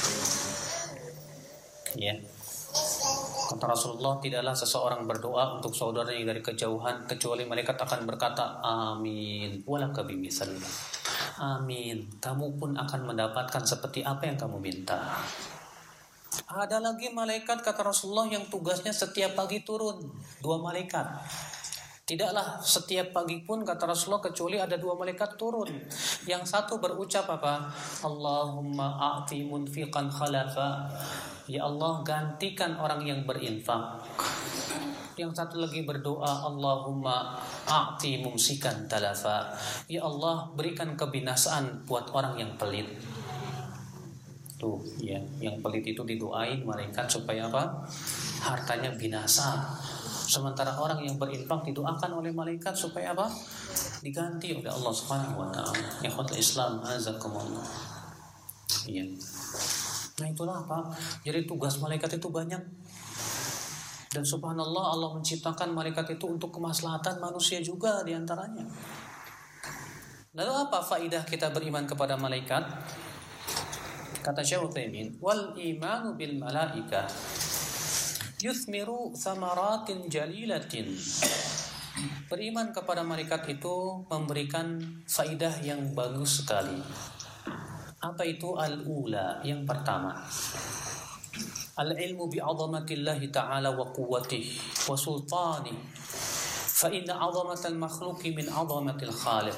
Ya. Kata Rasulullah, tidaklah seseorang berdoa untuk saudaranya dari kejauhan kecuali malaikat akan berkata amin walaka bimisalillah. Amin, kamu pun akan mendapatkan seperti apa yang kamu minta. Ada lagi malaikat kata Rasulullah yang tugasnya setiap pagi turun, 2 malaikat. Tidaklah setiap pagi pun kata Rasulullah kecuali ada 2 malaikat turun. Yang satu berucap apa? Allahumma a'ti munfiqan khalafa. Ya Allah, gantikan orang yang berinfak. Yang satu lagi berdoa, Allahumma a'ti mumsikan talafa. Ya Allah, berikan kebinasaan buat orang yang pelit. Tuh, ya, yang pelit itu didoain malaikat supaya apa? Hartanya binasa. Sementara orang yang berinfak didoakan oleh malaikat supaya apa? Diganti oleh Allah Subhanahu wa taala. Ikhwatul Islam azakumullah. Iya. Nah, itulah Pak. Jadi tugas malaikat itu banyak. Dan subhanallah Allah menciptakan malaikat itu untuk kemaslahatan manusia juga diantaranya. Lalu apa faidah kita beriman kepada malaikat? Kata Syekh Utsaimin, wal imanu bil malaikah yuthmiru thamaratin jalilatin. Beriman kepada malaikat itu memberikan faidah yang bagus sekali. Apa itu? Al-ula, yang pertama, al-ilmu bi'azamatillahi ta'ala wa quwwatihi wa sultanihi fa inna 'azamatal makhluqi min 'azamatil khaliq.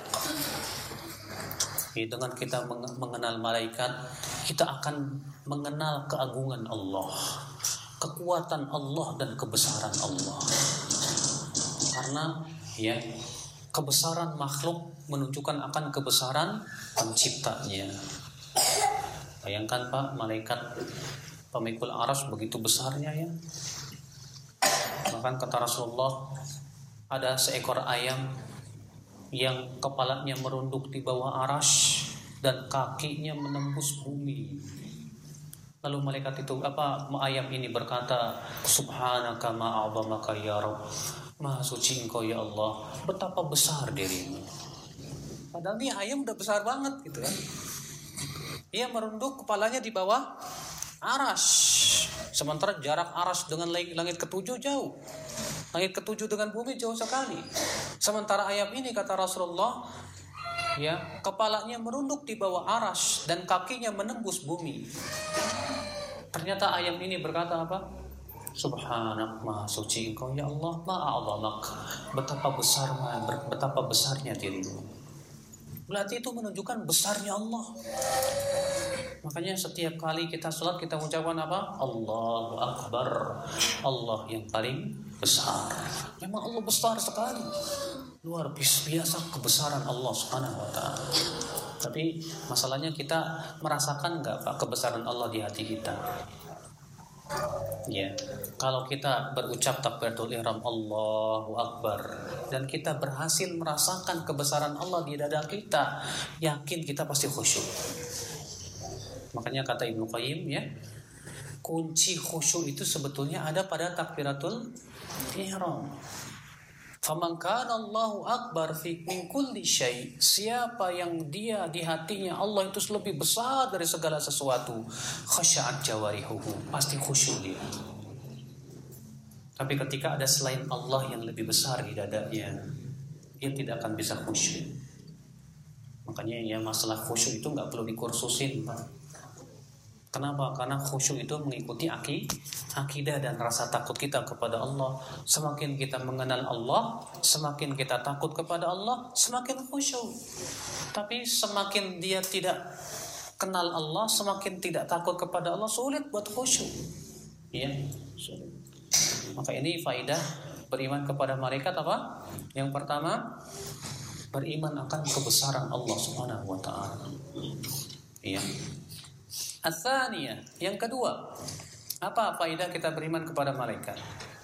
Dengan kita mengenal malaikat, kita akan mengenal keagungan Allah, kekuatan Allah dan kebesaran Allah. Karena ya, kebesaran makhluk menunjukkan akan kebesaran penciptanya. Bayangkan Pak, malaikat pemikul arsy begitu besarnya ya. Bahkan kata Rasulullah, ada seekor ayam yang kepalanya merunduk di bawah arsy dan kakinya menembus bumi. Lalu malaikat itu ayam ini berkata, subhanaka ma'azamaka ya Rabb. Maha suci engkau ya Allah, betapa besar dirimu. Padahal ini ayam udah besar banget gitu kan. Ia merunduk kepalanya di bawah arsy. Sementara jarak arsy dengan langit ketujuh jauh. Langit ketujuh dengan bumi jauh sekali. Sementara ayam ini kata Rasulullah, ya, kepalanya merunduk di bawah arsy dan kakinya menembus bumi. Ternyata ayam ini berkata apa? Subhanak, maha suci engkau ya Allah, ma'a'adhamak. Betapa besarnya dirimu. Berarti itu menunjukkan besarnya Allah. Makanya setiap kali kita sholat kita mengucapkan apa? Allahu Akbar. Allah yang paling besar. Memang Allah besar sekali. Luar biasa kebesaran Allah Subhanahu wa taala. Tapi masalahnya kita merasakan enggak Pak kebesaran Allah di hati kita? Ya, kalau kita berucap takbiratul ihram Allahu Akbar dan kita berhasil merasakan kebesaran Allah di dada kita, yakin kita pasti khusyuk. Makanya kata Ibnu Qayyim ya, kunci khusyuk itu sebetulnya ada pada takbiratul ihram. Faman kana Allahu akbar fi min kulli syai. Siapa yang dia di hatinya Allah itu lebih besar dari segala sesuatu, khasya'at jawarihuhu, pasti khusyuk dia. Tapi ketika ada selain Allah yang lebih besar di dadanya, dia tidak akan bisa khusyuk. Makanya ya masalah khusyuk itu enggak perlu dikursusin, Pak. Kenapa? Karena khusyuk itu mengikuti akidah dan rasa takut kita kepada Allah. Semakin kita mengenal Allah, semakin kita takut kepada Allah, semakin khusyuk. Tapi semakin dia tidak kenal Allah, semakin tidak takut kepada Allah, sulit buat khusyuk. Ya, sulit. Maka ini faedah beriman kepada malaikat apa? Yang pertama, beriman akan kebesaran Allah Subhanahu wa taala. Iya. Ats-tsaniyah, yang kedua, apa faedah kita beriman kepada malaikat?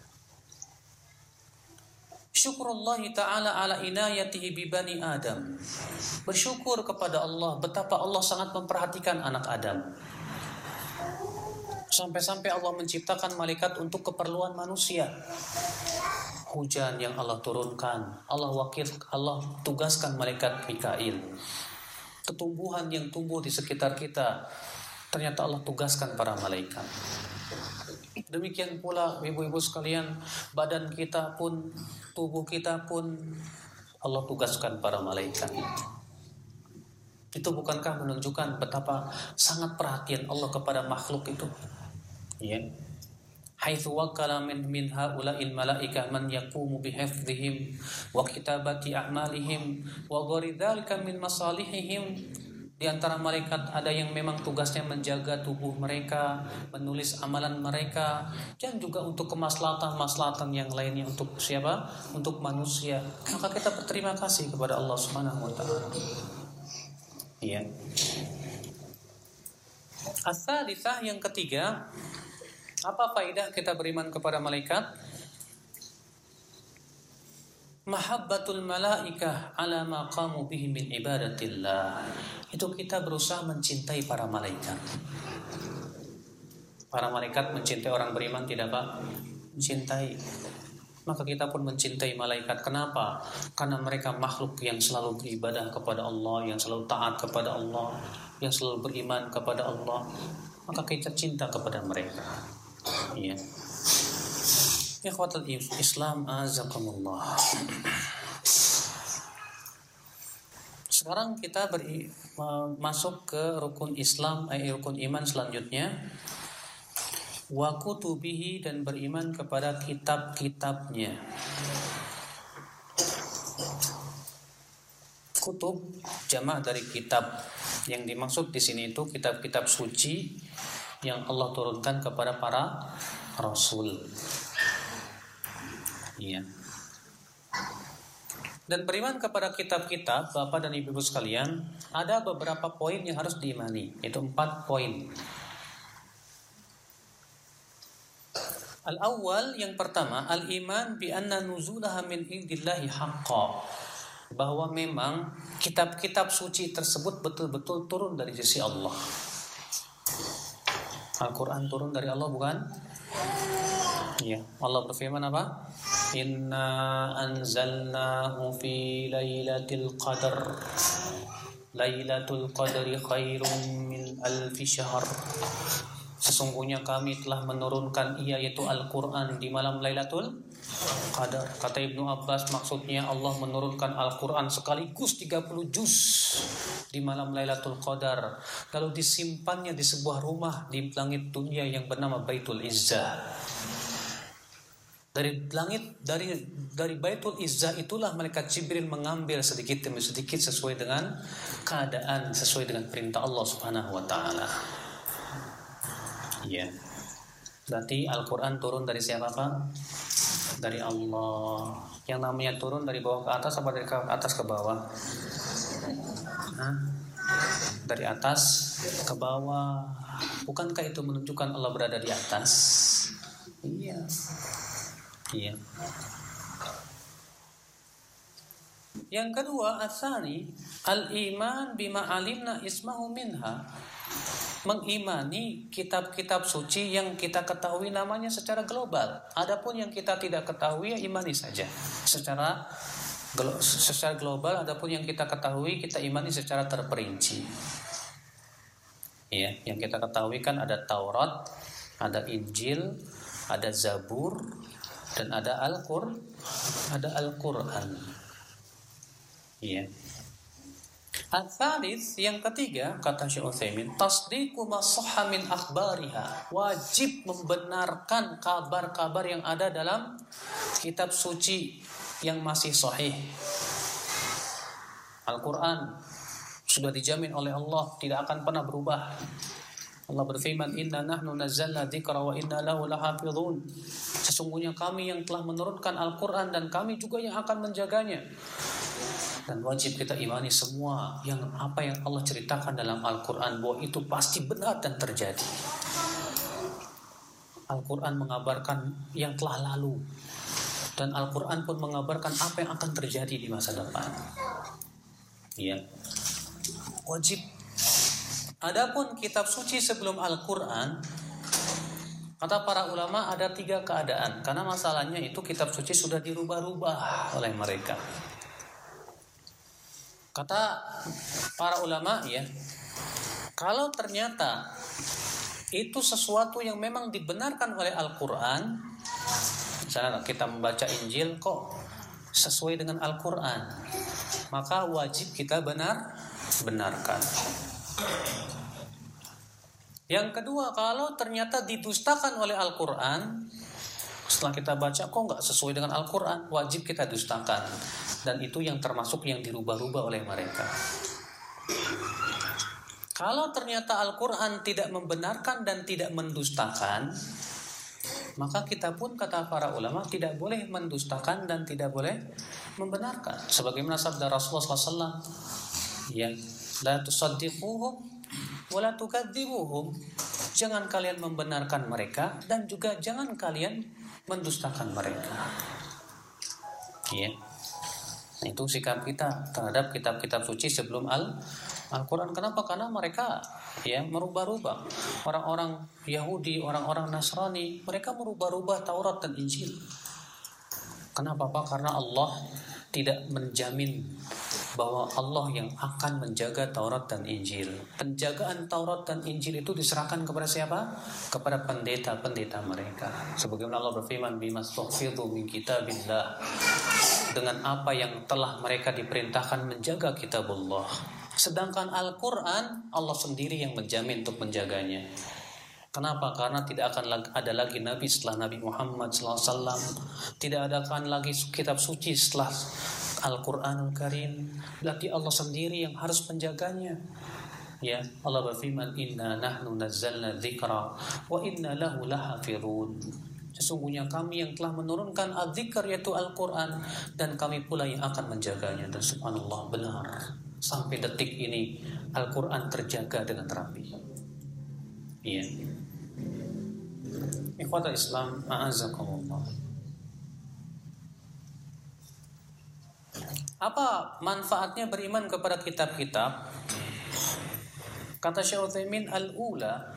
Syukurullah ta'ala ala inayatihi bi bani Adam. Bersyukur kepada Allah betapa Allah sangat memperhatikan anak Adam. Sampai-sampai Allah menciptakan malaikat untuk keperluan manusia. Hujan yang Allah turunkan, Allah tugaskan malaikat Mikail. Tumbuhan yang tumbuh di sekitar kita, ternyata Allah tugaskan para malaikat. Demikian pula ibu-ibu sekalian, badan kita pun, tubuh kita pun Allah tugaskan para malaikat. Itu bukankah menunjukkan betapa sangat perhatian Allah kepada makhluk itu? Ya. Haitsu wakkala min haula'il malaikah man yaqumu bihifdzihim wa kitabati a'malihim wa ghairi dzalika min masalihihim. Di antara malaikat ada yang memang tugasnya menjaga tubuh mereka, menulis amalan mereka, dan juga untuk kemaslahatan yang lainnya. Untuk siapa? Untuk manusia. Maka kita berterima kasih kepada Allah Subhanahu wa taala. Iya. Ats-tsalitsah, yang ketiga, apa faedah kita beriman kepada malaikat? Mahabbatul malaikah ala ma qamu bihi min ibadatillah. Itu kita berusaha mencintai para malaikat. Para malaikat mencintai orang beriman tidak, Pak? Mencintai. Maka kita pun mencintai malaikat. Kenapa? Karena mereka makhluk yang selalu beribadah kepada Allah, yang selalu taat kepada Allah, yang selalu beriman kepada Allah. Maka kita cinta kepada mereka. Iya. Ikhwatul Islam azakumullah. Sekarang kita masuk ke rukun Islam, rukun iman selanjutnya. Wa kutubihi, dan beriman kepada kitab-kitabnya. Kutub jamak dari kitab. Yang dimaksud di sini itu kitab-kitab suci yang Allah turunkan kepada para rasul. Iya. Dan beriman kepada kitab-kitab, Bapak dan Ibu sekalian, ada beberapa poin yang harus diimani. Itu 4 poin. Al-awwal, yang pertama, al-iman bi anna nuzulaha min indillahi haqqan. Bahwa memang kitab-kitab suci tersebut betul-betul turun dari sisi Allah. Al-Quran turun dari Allah, bukan? Ya, Allah berfirman apa? Inna anzalnahu fi lailatul qadar. Lailatul qadri khairum min alfi syahr. Sesungguhnya kami telah menurunkan ia, yaitu Al-Quran, di malam Lailatul Qadar. Kata Ibnu Abbas, maksudnya Allah menurunkan Al-Quran sekaligus 30 juz di malam Lailatul Qadar, lalu disimpannya di sebuah rumah di langit dunia yang bernama Baitul Izzah. Dari langit, dari Baitul Izzah itulah malaikat Jibril mengambil sedikit demi sedikit sesuai dengan keadaan, sesuai dengan perintah Allah Subhanahu wa taala. Ya. Berarti Al-Quran turun dari siapa, Pak? Dari Allah. Yang namanya turun dari bawah ke atas apa dari atas ke bawah? Dari atas ke bawah. Bukankah itu menunjukkan Allah berada di atas? Iya. Iya. Yang kedua, ats-tsani, al-iman bima alimna ismahu minha. Mengimani kitab-kitab suci yang kita ketahui namanya secara global. Adapun yang kita tidak ketahui, ya imani saja secara global. Adapun yang kita ketahui, kita imani secara terperinci. Ya, yang kita ketahui kan ada Taurat, ada Injil, ada Zabur, dan ada Al-Qur'an. Ya. Al-thalits, yang ketiga, kata Syekh Utsaimin, tasdiqu ma sahha min akhbariha. Wajib membenarkan kabar-kabar yang ada dalam kitab suci yang masih sahih. Al-Quran sudah dijamin oleh Allah tidak akan pernah berubah. Allah berfirman, inna nahnu nazzalna dzikra wa inna lahu lahafizun. Sesungguhnya kami yang telah menurunkan Al-Quran dan kami juga yang akan menjaganya. Dan wajib kita imani semua apa yang Allah ceritakan dalam Al-Quran, bahwa itu pasti benar dan terjadi. Al-Quran mengabarkan yang telah lalu, dan Al-Quran pun mengabarkan apa yang akan terjadi di masa depan. Ya, wajib. Adapun kitab suci sebelum Al-Quran, kata para ulama ada 3 keadaan. Karena masalahnya itu kitab suci sudah dirubah-rubah oleh mereka. Kata para ulama, ya, kalau ternyata itu sesuatu yang memang dibenarkan oleh Al-Quran, misalnya kita membaca Injil kok sesuai dengan Al-Quran, maka wajib kita benarkan. Yang kedua, kalau ternyata didustakan oleh Al-Quran, setelah kita baca kok nggak sesuai dengan Al-Quran, wajib kita dustakan. Dan itu yang termasuk yang dirubah-rubah oleh mereka. Kalau ternyata Al-Quran tidak membenarkan dan tidak mendustakan, maka kita pun, kata para ulama, tidak boleh mendustakan dan tidak boleh membenarkan. Sebagaimana sabda Rasulullah SAW, ya, la tusaddiquhum wa la tukadzibuhum. Jangan kalian membenarkan mereka dan juga jangan kalian mendustakan mereka. Ya. Itu sikap kita terhadap kitab-kitab suci sebelum Al-Quran. Kenapa? Karena mereka, ya, merubah-rubah. Orang-orang Yahudi, orang-orang Nasrani, mereka merubah-rubah Taurat dan Injil. Kenapa, Pak? Karena Allah tidak menjamin bahwa Allah yang akan menjaga Taurat dan Injil. Penjagaan Taurat dan Injil itu diserahkan kepada siapa? Kepada pendeta-pendeta mereka. Sebagaimana Allah berfirman, bimastuhfidhu min kitabillah, dengan apa yang telah mereka diperintahkan menjaga kitabullah. Sedangkan Al-Quran, Allah sendiri yang menjamin untuk menjaganya. Kenapa? Karena tidak akan ada lagi Nabi setelah Nabi Muhammad SAW. Tidak akan lagi kitab suci setelah Al-Quranul Karim. Berarti Allah sendiri yang harus menjaganya. Ya, Allah berfirman, inna nahnu nazzalna dzikra wa inna lahu lahafizun. Sesungguhnya kami yang telah menurunkan az-zikr, yaitu Al-Quran, dan kami pula yang akan menjaganya. Dan subhanallah, benar, sampai detik ini Al-Quran terjaga dengan rapi. Iya. Ikhwatul Islam, a'azakumullah. Apa manfaatnya beriman kepada kitab-kitab? Kata Syekh Utsaimin, al-ula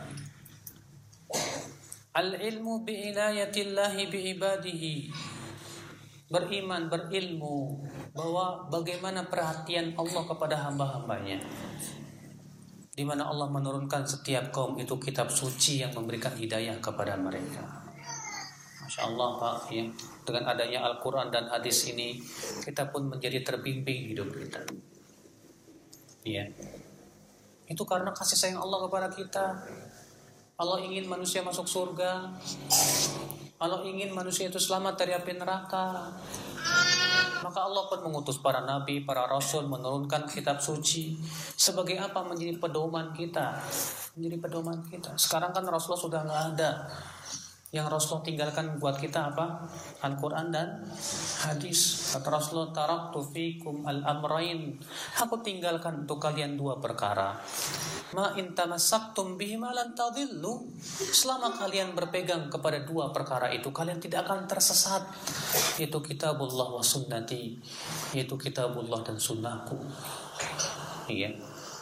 al-ilmu bi'inayatillahi bi'ibadihi. Beriman, berilmu bahwa bagaimana perhatian Allah kepada hamba-hambanya, di mana Allah menurunkan setiap kaum itu kitab suci yang memberikan hidayah kepada mereka. Masya Allah, Pak, ya. Dengan adanya Al-Quran dan hadis ini, kita pun menjadi terbimbing hidup kita. Ya. Itu karena kasih sayang Allah kepada kita. Allah ingin manusia masuk surga. Allah ingin manusia itu selamat dari api neraka. Maka Allah pun mengutus para nabi, para rasul, menurunkan kitab suci. Sebagai apa? Menjadi pedoman kita. Menjadi pedoman kita. Sekarang kan Rasulullah sudah nggak ada. Yang Rasulullah tinggalkan buat kita apa? Al-Quran dan hadis. Kata Rasulullah, taraktu fikum al-amrain. Aku tinggalkan untuk kalian 2 perkara. Ma in tamassaktum bihima lan tadillu. Selama kalian berpegang kepada 2 perkara itu, kalian tidak akan tersesat. Yaitu kitabullah wa sunnati. Yaitu kitabullah dan sunnahku. Iya.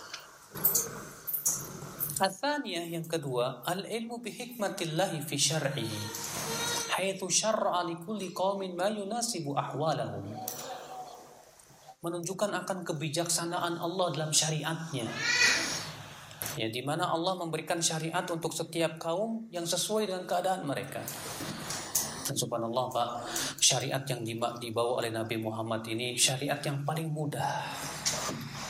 Al-thaniyah, yang kedua, al-ilmu bihikmatillahi fi syar'ihi, haitsu syar'a li kulli qaumin ma yunasibu ahwalahum. Menunjukkan akan kebijaksanaan Allah dalam syariatnya. Ya, di mana Allah memberikan syariat untuk setiap kaum yang sesuai dengan keadaan mereka. Dan subhanallah, Pak, syariat yang dibawa oleh Nabi Muhammad ini syariat yang paling mudah.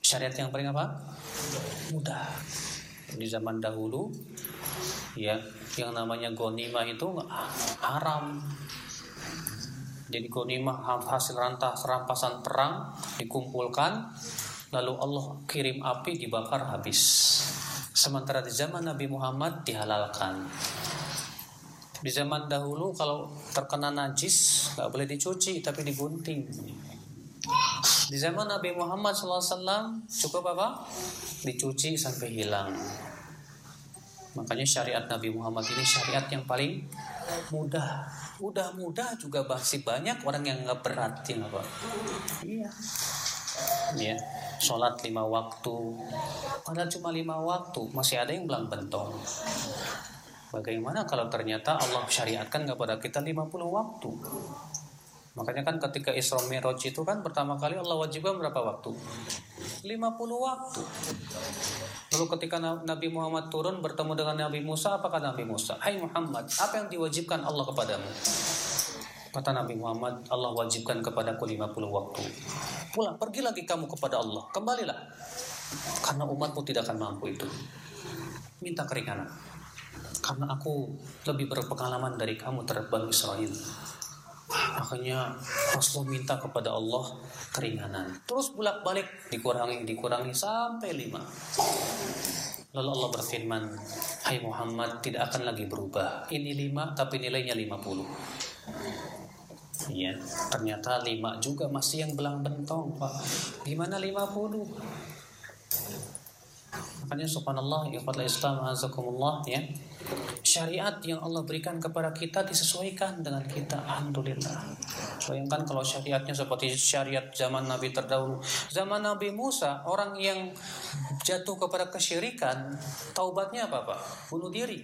Syariat yang paling apa? Mudah. Di zaman dahulu ya, yang namanya ghanimah itu haram. Jadi ghanimah hasil rampasan perang dikumpulkan, lalu Allah kirim api dibakar habis. Sementara di zaman Nabi Muhammad dihalalkan. Di zaman dahulu kalau terkena najis nggak boleh dicuci tapi digunting. Di zaman Nabi Muhammad SAW cukup apa? Dicuci sampai hilang. Makanya syariat Nabi Muhammad ini syariat yang paling mudah. Mudah juga masih banyak orang yang nggak berat ya apa? Iya. Ya, sholat 5 waktu. Padahal cuma 5 waktu, masih ada yang belang bentong. Bagaimana kalau ternyata Allah syariatkan kepada kita 50 waktu? Makanya kan ketika Isra Mi'raj itu kan pertama kali Allah wajibkan berapa waktu? 50 waktu. Lalu ketika Nabi Muhammad turun bertemu dengan Nabi Musa, apa kata Nabi Musa? Hai Muhammad, apa yang diwajibkan Allah kepadamu? Kata Nabi Muhammad, Allah wajibkan kepadaku 50 waktu. Pulang, pergi lagi kamu kepada Allah, kembalilah. Karena umatmu tidak akan mampu itu. Minta keringanan. Karena aku lebih berpengalaman dari kamu terhadap Bani Israel. Makanya Rasul minta kepada Allah keringanan. Terus bolak-balik dikurangi sampai 5. Lalu Allah berfirman, hai Muhammad, tidak akan lagi berubah. Ini 5 tapi nilainya 50. Iya, ternyata 5 juga masih yang belang bentong, Pak. Gimana 50? Makanya subhanallah, ikhwatul Islam azakumullah ya. Syariat yang Allah berikan kepada kita disesuaikan dengan kita. Alhamdulillah. Bayangkan kalau syariatnya seperti syariat zaman Nabi terdahulu. Zaman Nabi Musa, orang yang jatuh kepada kesyirikan, taubatnya apa, Pak? Bunuh diri.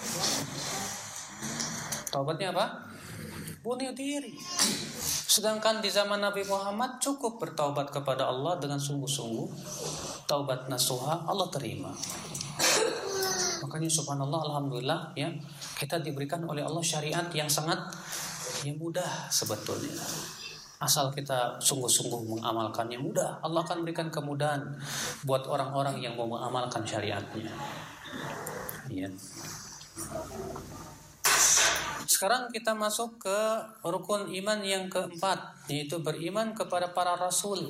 Taubatnya apa? Bunuh diri. Sedangkan di zaman Nabi Muhammad cukup bertaubat kepada Allah dengan sungguh-sungguh. Taubat nasuha Allah terima. Makanya subhanallah, alhamdulillah ya, kita diberikan oleh Allah syariat yang sangat mudah sebetulnya. Asal kita sungguh-sungguh mengamalkannya, mudah. Allah akan berikan kemudahan buat orang-orang yang mau mengamalkan syariatnya. Ya. Sekarang kita masuk ke rukun iman yang keempat, yaitu beriman kepada para rasul.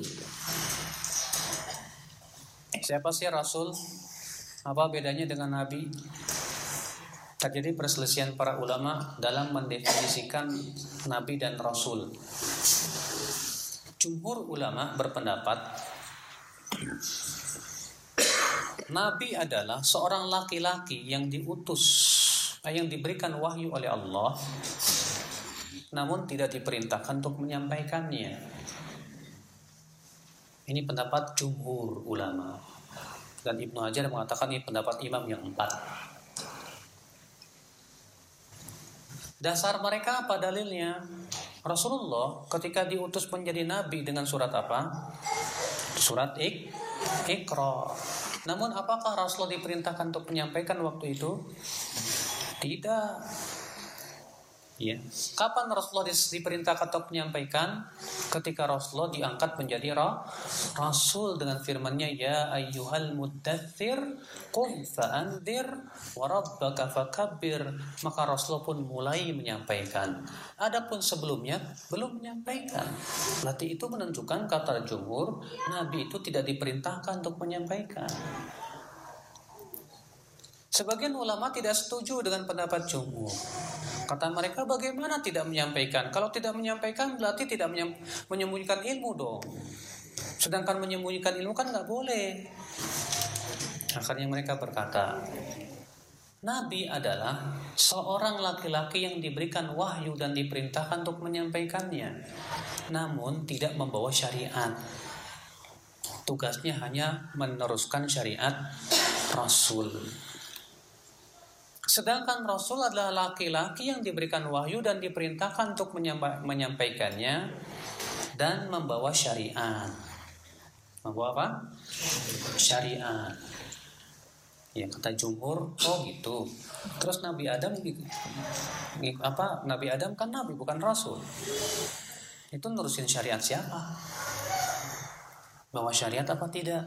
Siapa sih rasul? Apa bedanya dengan nabi? Terjadi perselisihan para ulama dalam mendefinisikan nabi dan rasul. Jumhur ulama berpendapat nabi adalah seorang laki-laki yang diutus, yang diberikan wahyu oleh Allah, namun tidak diperintahkan untuk menyampaikannya. Ini pendapat jumhur ulama. Dan Ibnu Hajar mengatakan ini pendapat imam yang 4. Dasar mereka apa dalilnya? Rasulullah ketika diutus menjadi nabi dengan surat apa? Surat Iqra. Namun apakah Rasulullah diperintahkan untuk menyampaikan waktu itu? Tidak. Ya. Kapan Rasulullah diperintahkan untuk menyampaikan? Ketika Rasulullah diangkat menjadi Rasul dengan firman-Nya, ya ayyuhal muddatsir qum fa'andzir wa rabbaka fakabbir. Maka Rasulullah pun mulai menyampaikan. Adapun sebelumnya belum menyampaikan. Berarti itu menunjukkan kata jumhur, Nabi itu tidak diperintahkan untuk menyampaikan. Sebagian ulama tidak setuju dengan pendapat jumhur. Kata mereka, bagaimana tidak menyampaikan? Kalau tidak menyampaikan berarti tidak menyembunyikan ilmu dong. Sedangkan menyembunyikan ilmu kan nggak boleh. Akhirnya mereka berkata, Nabi adalah seorang laki-laki yang diberikan wahyu dan diperintahkan untuk menyampaikannya, namun tidak membawa syariat. Tugasnya hanya meneruskan syariat Rasul. Sedangkan Rasul adalah laki-laki yang diberikan wahyu dan diperintahkan untuk menyampaikannya dan membawa syariat. Membawa apa? Syariat. Ya, kata jumhur, oh gitu. Terus Nabi Adam apa? Nabi Adam kan nabi bukan rasul. Itu nurusin syariat siapa? bahwa syariat apa tidak?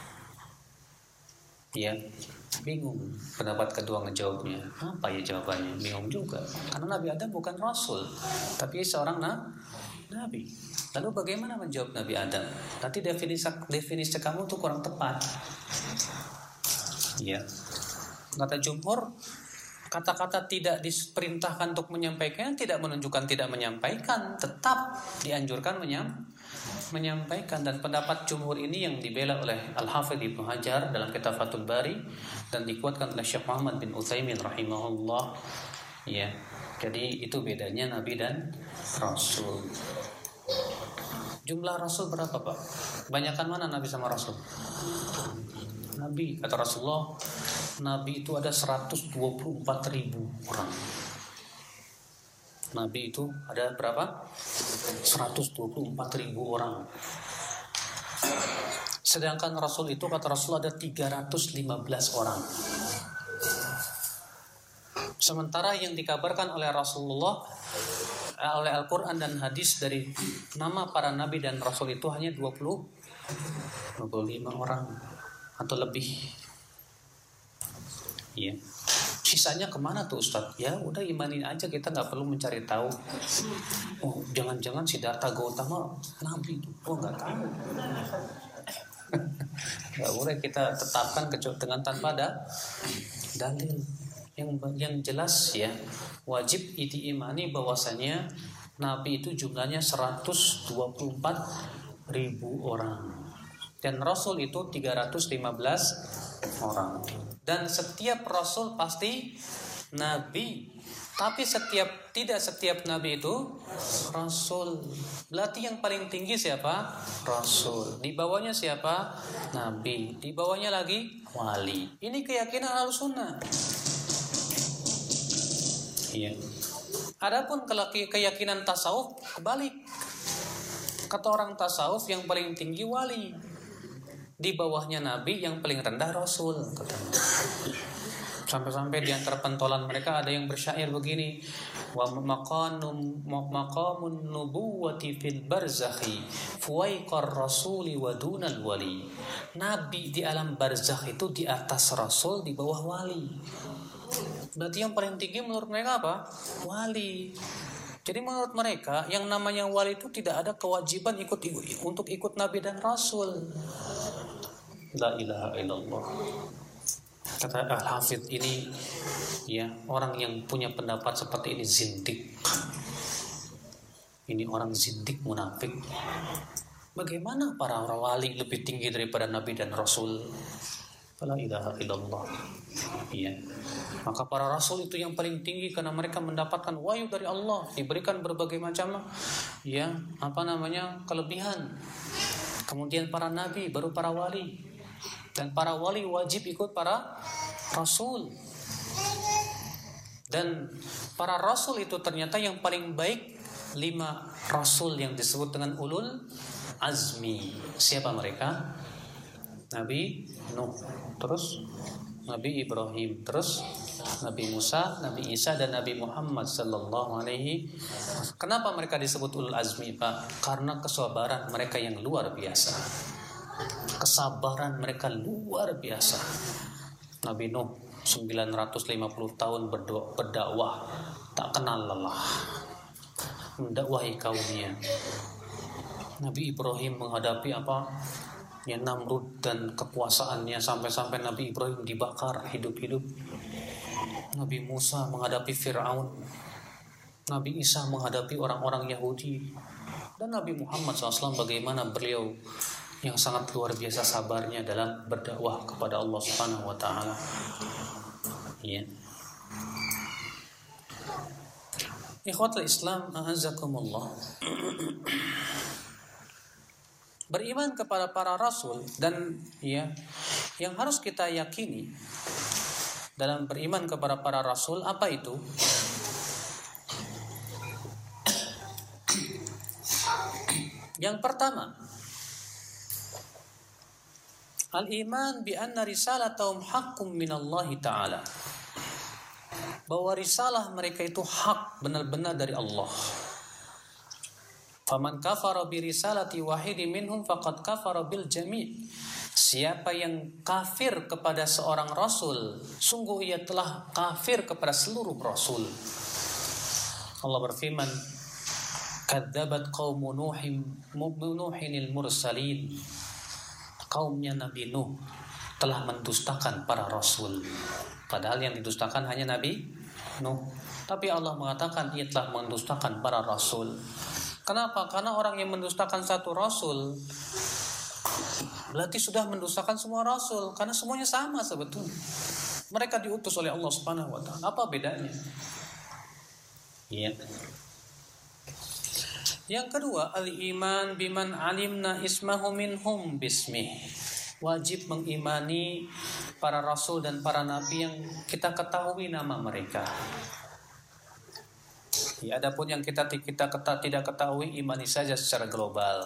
Ya, bingung. Pendapat kedua ngejawabnya. Apa ya jawabannya? Bingung juga. Karena Nabi Adam bukan Rasul, tapi seorang Nabi. Lalu bagaimana menjawab Nabi Adam? Nanti definisi kamu tuh kurang tepat. Ya. Kata jumhur, kata-kata tidak diperintahkan untuk menyampaikan tidak menunjukkan tidak menyampaikan, tetap dianjurkan menyampaikan. Dan pendapat jumhur ini yang dibela oleh Al-Hafidz Ibnu Hajar dalam kitab Fathul Bari dan dikuatkan oleh Syekh Muhammad bin Utsaimin rahimahullah. Ya. Jadi itu bedanya Nabi dan Rasul. Jumlah Rasul berapa, Pak? Banyakan mana Nabi sama Rasul? Nabi, kata Rasulullah, Nabi itu ada 124.000 orang. Nabi itu ada berapa? 124.000 orang. Sedangkan Rasul itu, kata Rasul, ada 315 orang. Sementara yang dikabarkan oleh Rasulullah, oleh Al-Quran dan hadis dari nama para Nabi dan Rasul itu hanya 25 orang atau lebih. Ya. Sisanya kemana tuh Ustadz? Ya udah imanin aja, kita nggak perlu mencari tahu. Oh jangan-jangan Siddhartha Gautama Nabi itu? Oh nggak tahu. Nggak boleh kita tetapkan dengan tanpa ada dalil. Yang jelas ya, wajib diimani bahwasanya Nabi itu jumlahnya 124.000 orang dan Rasul itu 315 orang. Dan setiap Rasul pasti Nabi, tapi tidak setiap Nabi itu Rasul. Berarti yang paling tinggi siapa? Rasul. Di bawahnya siapa? Nabi. Di bawahnya lagi wali. Ini keyakinan Ahlussunnah. Iya. Adapun keyakinan tasawuf kebalik. Kata orang tasawuf yang paling tinggi wali, di bawahnya Nabi, yang paling rendah Rasul. Sampai-sampai di antara pentolan mereka ada yang bersyair begini, wa maqamun nubuwati fil barzakhi fuwaiqar rasuli wa dunal wali. Nabi di alam barzakh itu di atas Rasul, di bawah wali. Berarti yang paling tinggi menurut mereka apa? Wali. Jadi menurut mereka yang namanya wali itu tidak ada kewajiban untuk ikut Nabi dan Rasul. La ilaha illallah. Kata Al-Hafidz ini, ya, orang yang punya pendapat seperti ini zindik. Ini orang zindik, munafik. Bagaimana para wali lebih tinggi daripada Nabi dan Rasul? La ilaha illallah. Ya. Maka para rasul itu yang paling tinggi karena mereka mendapatkan wahyu dari Allah, diberikan berbagai macam kelebihan. Kemudian para nabi, baru para wali. Dan para wali wajib ikut para rasul. Dan para rasul itu ternyata yang paling baik 5 rasul yang disebut dengan ulul azmi. Siapa mereka? Nabi Nuh, terus Nabi Ibrahim, terus Nabi Musa, Nabi Isa, dan Nabi Muhammad sallallahu alaihi. Kenapa mereka disebut ulul azmi, Pak? Karena kesabaran mereka yang luar biasa. Kesabaran mereka luar biasa. Nabi Nuh 950 tahun berdakwah, tak kenal lelah, mendakwahi kaumnya. Nabi Ibrahim menghadapi Namrud dan kekuasaannya, sampai-sampai Nabi Ibrahim dibakar hidup-hidup. Nabi Musa menghadapi Fir'aun. Nabi Isa menghadapi orang-orang Yahudi. Dan Nabi Muhammad SAW, bagaimana beliau yang sangat luar biasa sabarnya dalam berdakwah kepada Allah Subhanahu wa taala. Ya. Ikhwatul Islam, a'azzakumullah. Beriman kepada para rasul dan yang harus kita yakini dalam beriman kepada para rasul apa itu? Yang pertama, al-iman bi anna risalatahum haqqun minallahi ta'ala. Bahwa risalah mereka itu hak, benar-benar dari Allah. Faman kafara bi risalati wahidin minhum faqad kafara bil jami'. Siapa yang kafir kepada seorang rasul, sungguh ia telah kafir kepada seluruh rasul. Allah berfirman, kadzabat qaumu Nuhinil mursalin. Kaumnya Nabi Nuh telah mendustakan para rasul. Padahal yang didustakan hanya Nabi Nuh. Tapi Allah mengatakan ia telah mendustakan para rasul. Kenapa? Karena orang yang mendustakan satu rasul berarti sudah mendustakan semua rasul, karena semuanya sama sebetulnya. Mereka diutus oleh Allah Subhanahu wa taala. Apa bedanya? Ya. Yang kedua, al-iman biman alimna ismahu minhum bismih. Wajib mengimani para rasul dan para nabi yang kita ketahui nama mereka. Ya, adapun yang kita tidak ketahui, imani saja secara global.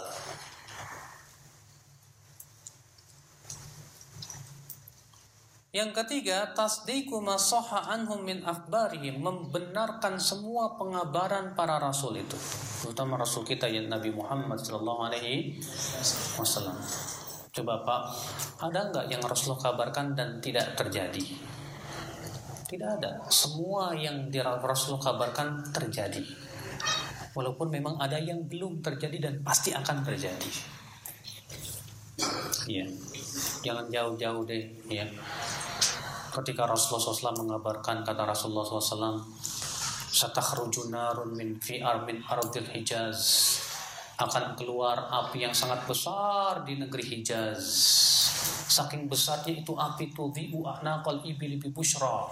Yang ketiga, tasdiqu ma sahha anhum min akhbarihim, membenarkan semua pengabaran para rasul itu, terutama rasul kita yang Nabi Muhammad sallallahu alaihi wasallam. Coba Pak, ada enggak yang Rasulullah kabarkan dan tidak terjadi? Tidak ada. Semua yang Rasulullah kabarkan terjadi. Walaupun memang ada yang belum terjadi dan pasti akan terjadi. Ya. Jangan jauh-jauh deh, ya. Ketika Rasulullah SAW mengabarkan, kata Rasulullah SAW, satakhruju narun min ardil Hijaz, akan keluar api yang sangat besar di negeri Hijaz. Saking besarnya itu api tudhi'u a'naqal ibli bi Busra,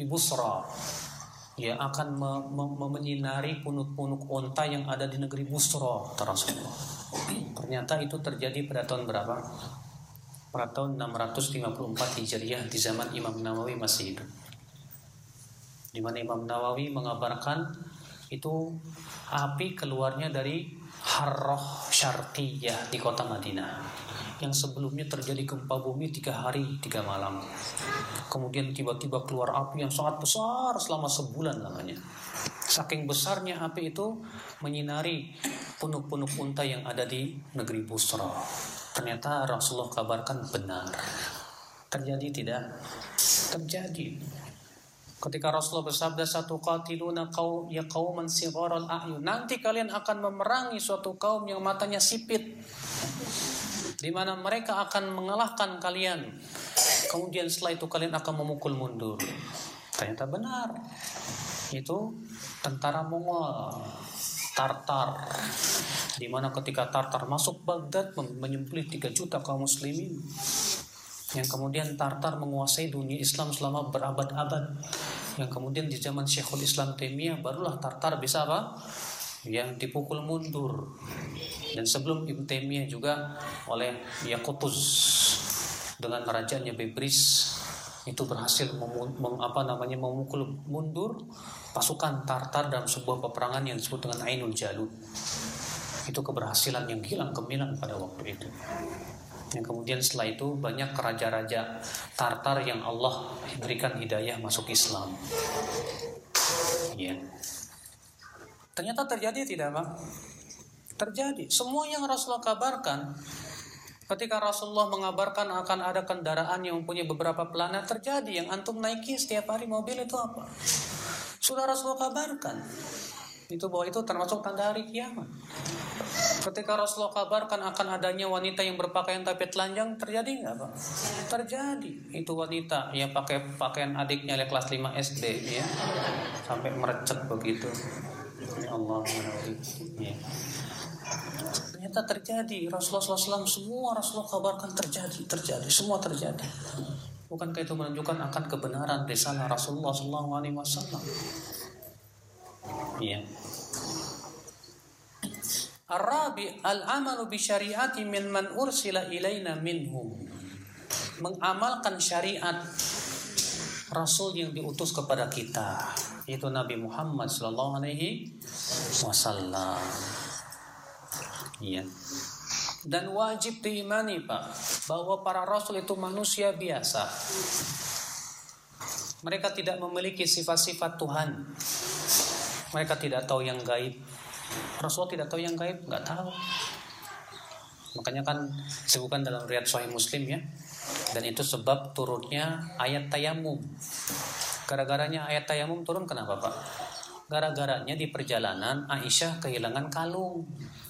ya, akan menyinari punuk-punuk onta yang ada di negeri Busra, kata Rasulullah. Ternyata itu terjadi pada tahun berapa? Pada tahun 654 Hijriah, di zaman Imam Nawawi masih hidup. Di mana Imam Nawawi mengabarkan itu api keluarnya dari Harrah Syarqiyah di kota Madinah, yang sebelumnya terjadi gempa bumi 3 hari 3 malam. Kemudian tiba-tiba keluar api yang sangat besar selama sebulan lamanya. Saking besarnya api itu menyinari punuk-punuk unta yang ada di negeri Busra. Ternyata Rasulullah kabarkan benar. Terjadi tidak? Terjadi. Ketika Rasulullah bersabda, satu qatiluna qauman sigharal a'yun, nanti kalian akan memerangi suatu kaum yang matanya sipit, di mana mereka akan mengalahkan kalian. Kemudian setelah itu kalian akan memukul mundur. Ternyata benar. Itu tentara Mongol, Tartar, di mana ketika Tartar masuk Baghdad menyembelih 3 juta kaum muslimin, yang kemudian Tartar menguasai dunia Islam selama berabad-abad, yang kemudian di zaman Syekhul Islam Taimiyah barulah Tartar bisa apa? Yang dipukul mundur. Dan sebelum Ibn Taimiyah juga oleh Yaqutuz dengan kerajaannya Bebris itu berhasil memukul mundur pasukan Tartar dalam sebuah peperangan yang disebut dengan Ainul Jalut. Itu keberhasilan yang hilang gemilang pada waktu itu. Yang kemudian setelah itu banyak raja-raja Tartar yang Allah berikan hidayah masuk Islam. Ya. Ternyata terjadi tidak, Pak? Terjadi. Semua yang Rasulullah kabarkan, ketika Rasulullah mengabarkan akan ada kendaraan yang mempunyai beberapa pelana, terjadi. Yang antum naiki setiap hari mobil itu apa? Sudah Rasulullah kabarkan. Itu bahwa itu termasuk tanda hari kiamat. Ketika Rasulullah kabarkan akan adanya wanita yang berpakaian tapi telanjang, terjadi nggak, Pak? Terjadi. Itu wanita yang pakai pakaian adiknya kelas 5 SD, ya, sampai merecet begitu. Ya Allah, ya. Ternyata terjadi. Rasulullah SAW semua Rasulullah kabarkan terjadi, semua terjadi. Bukankah itu menunjukkan akan kebenaran risalah Rasulullah SAW? Iya. Ar-rabi al-amalu bi syariati min man ursila ilaina minhum. Mengamalkan syariat Rasul yang diutus kepada kita, yaitu Nabi Muhammad sallallahu alaihi wasallam. Iya. Dan wajib diimani, Pak, bahwa para rasul itu manusia biasa. Mereka tidak memiliki sifat-sifat Tuhan. Mereka tidak tahu yang gaib. Rasulullah tidak tahu yang gaib? Nggak tahu. Makanya kan disebutkan dalam riwayat Sahih Muslim ya. Dan itu sebab turunnya ayat tayamum. Gara-garanya ayat tayamum turun kenapa Pak? Gara-garanya di perjalanan Aisyah kehilangan kalung.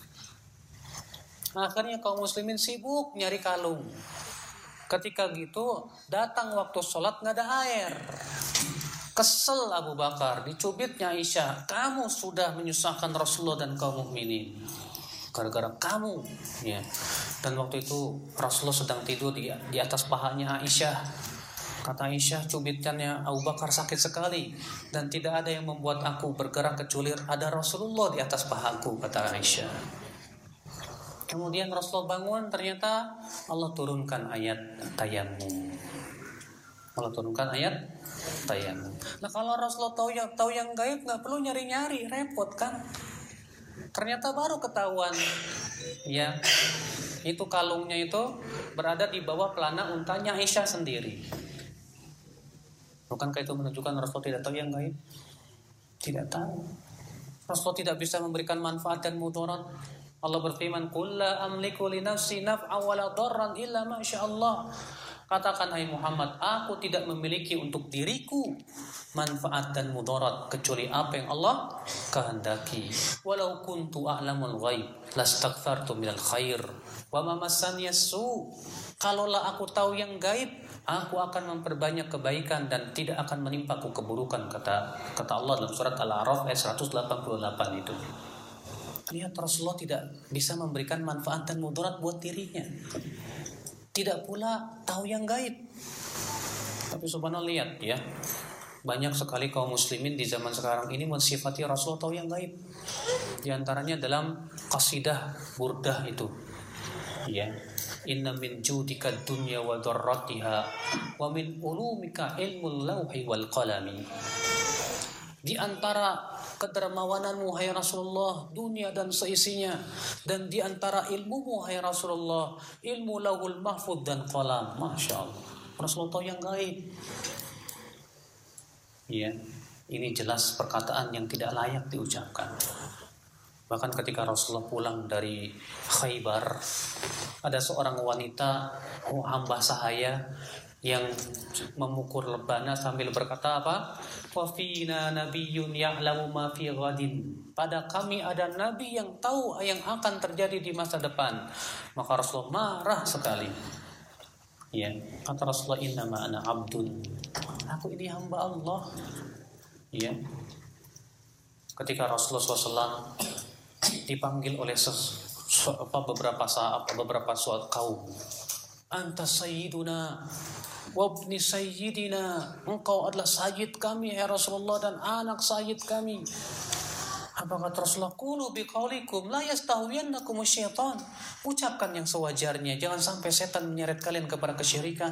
Akhirnya kaum muslimin sibuk nyari kalung. Ketika gitu datang waktu sholat nggak ada air. Kesel Abu Bakar, dicubitnya Aisyah, kamu sudah menyusahkan Rasulullah dan kaum mukminin. Gara-gara kamu, ya. Dan waktu itu Rasulullah sedang tidur di atas pahanya Aisyah. Kata Aisyah, cubitannya Abu Bakar sakit sekali dan tidak ada yang membuat aku bergerak kecuali ada Rasulullah di atas pahaku, kata Aisyah. Kemudian Rasulullah bangun, ternyata Allah turunkan ayat tayamum. Allah turunkan ayat tayamum. Nah kalau Rasulullah tahu yang gaib, nggak perlu nyari-nyari, repot kan? Ternyata baru ketahuan, ya itu kalungnya itu berada di bawah pelana untanya Aisyah sendiri. Bukankah itu menunjukkan Rasulullah tidak tahu yang gaib? Tidak tahu. Rasulullah tidak bisa memberikan manfaat dan mudarat. Allah berfirman, "Qul la amliku li nafsi naf'an wa la darran illa ma syaa Allah." Katakan hai Muhammad, aku tidak memiliki untuk diriku manfaat dan mudarat kecuali apa yang Allah kehendaki. Walau kuntu a'lamul ghaib lastaghfartu minal khair wa ma massani as-su. Kalaulah aku tahu yang gaib, aku akan memperbanyak kebaikan dan tidak akan menimpaku keburukan, kata Allah dalam surat Al-A'raf ayat 188 itu. Lihat Rasulullah tidak bisa memberikan manfaat dan mudarat buat dirinya. Tidak pula tahu yang gaib. Tapi subhanallah lihat ya. Banyak sekali kaum muslimin di zaman sekarang ini mensifati Rasulullah tahu yang gaib. Di antaranya dalam qasidah Burdah itu. Ya. Inna min judika dunya wa darratiha wa min ulumika ilmul lauhi wal qalami. Di antara kedermawananmu hai Rasulullah dunia dan seisinya, dan di antara ilmumu hai Rasulullah ilmu lauhul mahfud dan qalam. Masya Allah, Rasulullah tahu yang gaib. Ya, ini jelas perkataan yang tidak layak diucapkan. Bahkan ketika Rasulullah pulang dari Khaybar, ada seorang wanita, hamba sahaya, yang memukul lebana sambil berkata apa? Wa fina nabiyyun ya'lamu ma fi ghadin. Pada kami ada nabi yang tahu yang akan terjadi di masa depan. Maka Rasulullah marah sekali. Ya, kata Rasulullah, innama ana abdun. Aku ini hamba Allah. Ya. Ketika Rasulullah SAW dipanggil oleh beberapa suatu kaum, anta sayyiduna wabni sayyidina, engkau adalah sayyid kami ya Rasulullah dan anak sayyid kami. Apa kata Rasulullah? Qulu biqaulikum la yastahwiyannakum syaitan. Ucapkan yang sewajarnya, jangan sampai setan menyeret kalian kepada kesyirikan.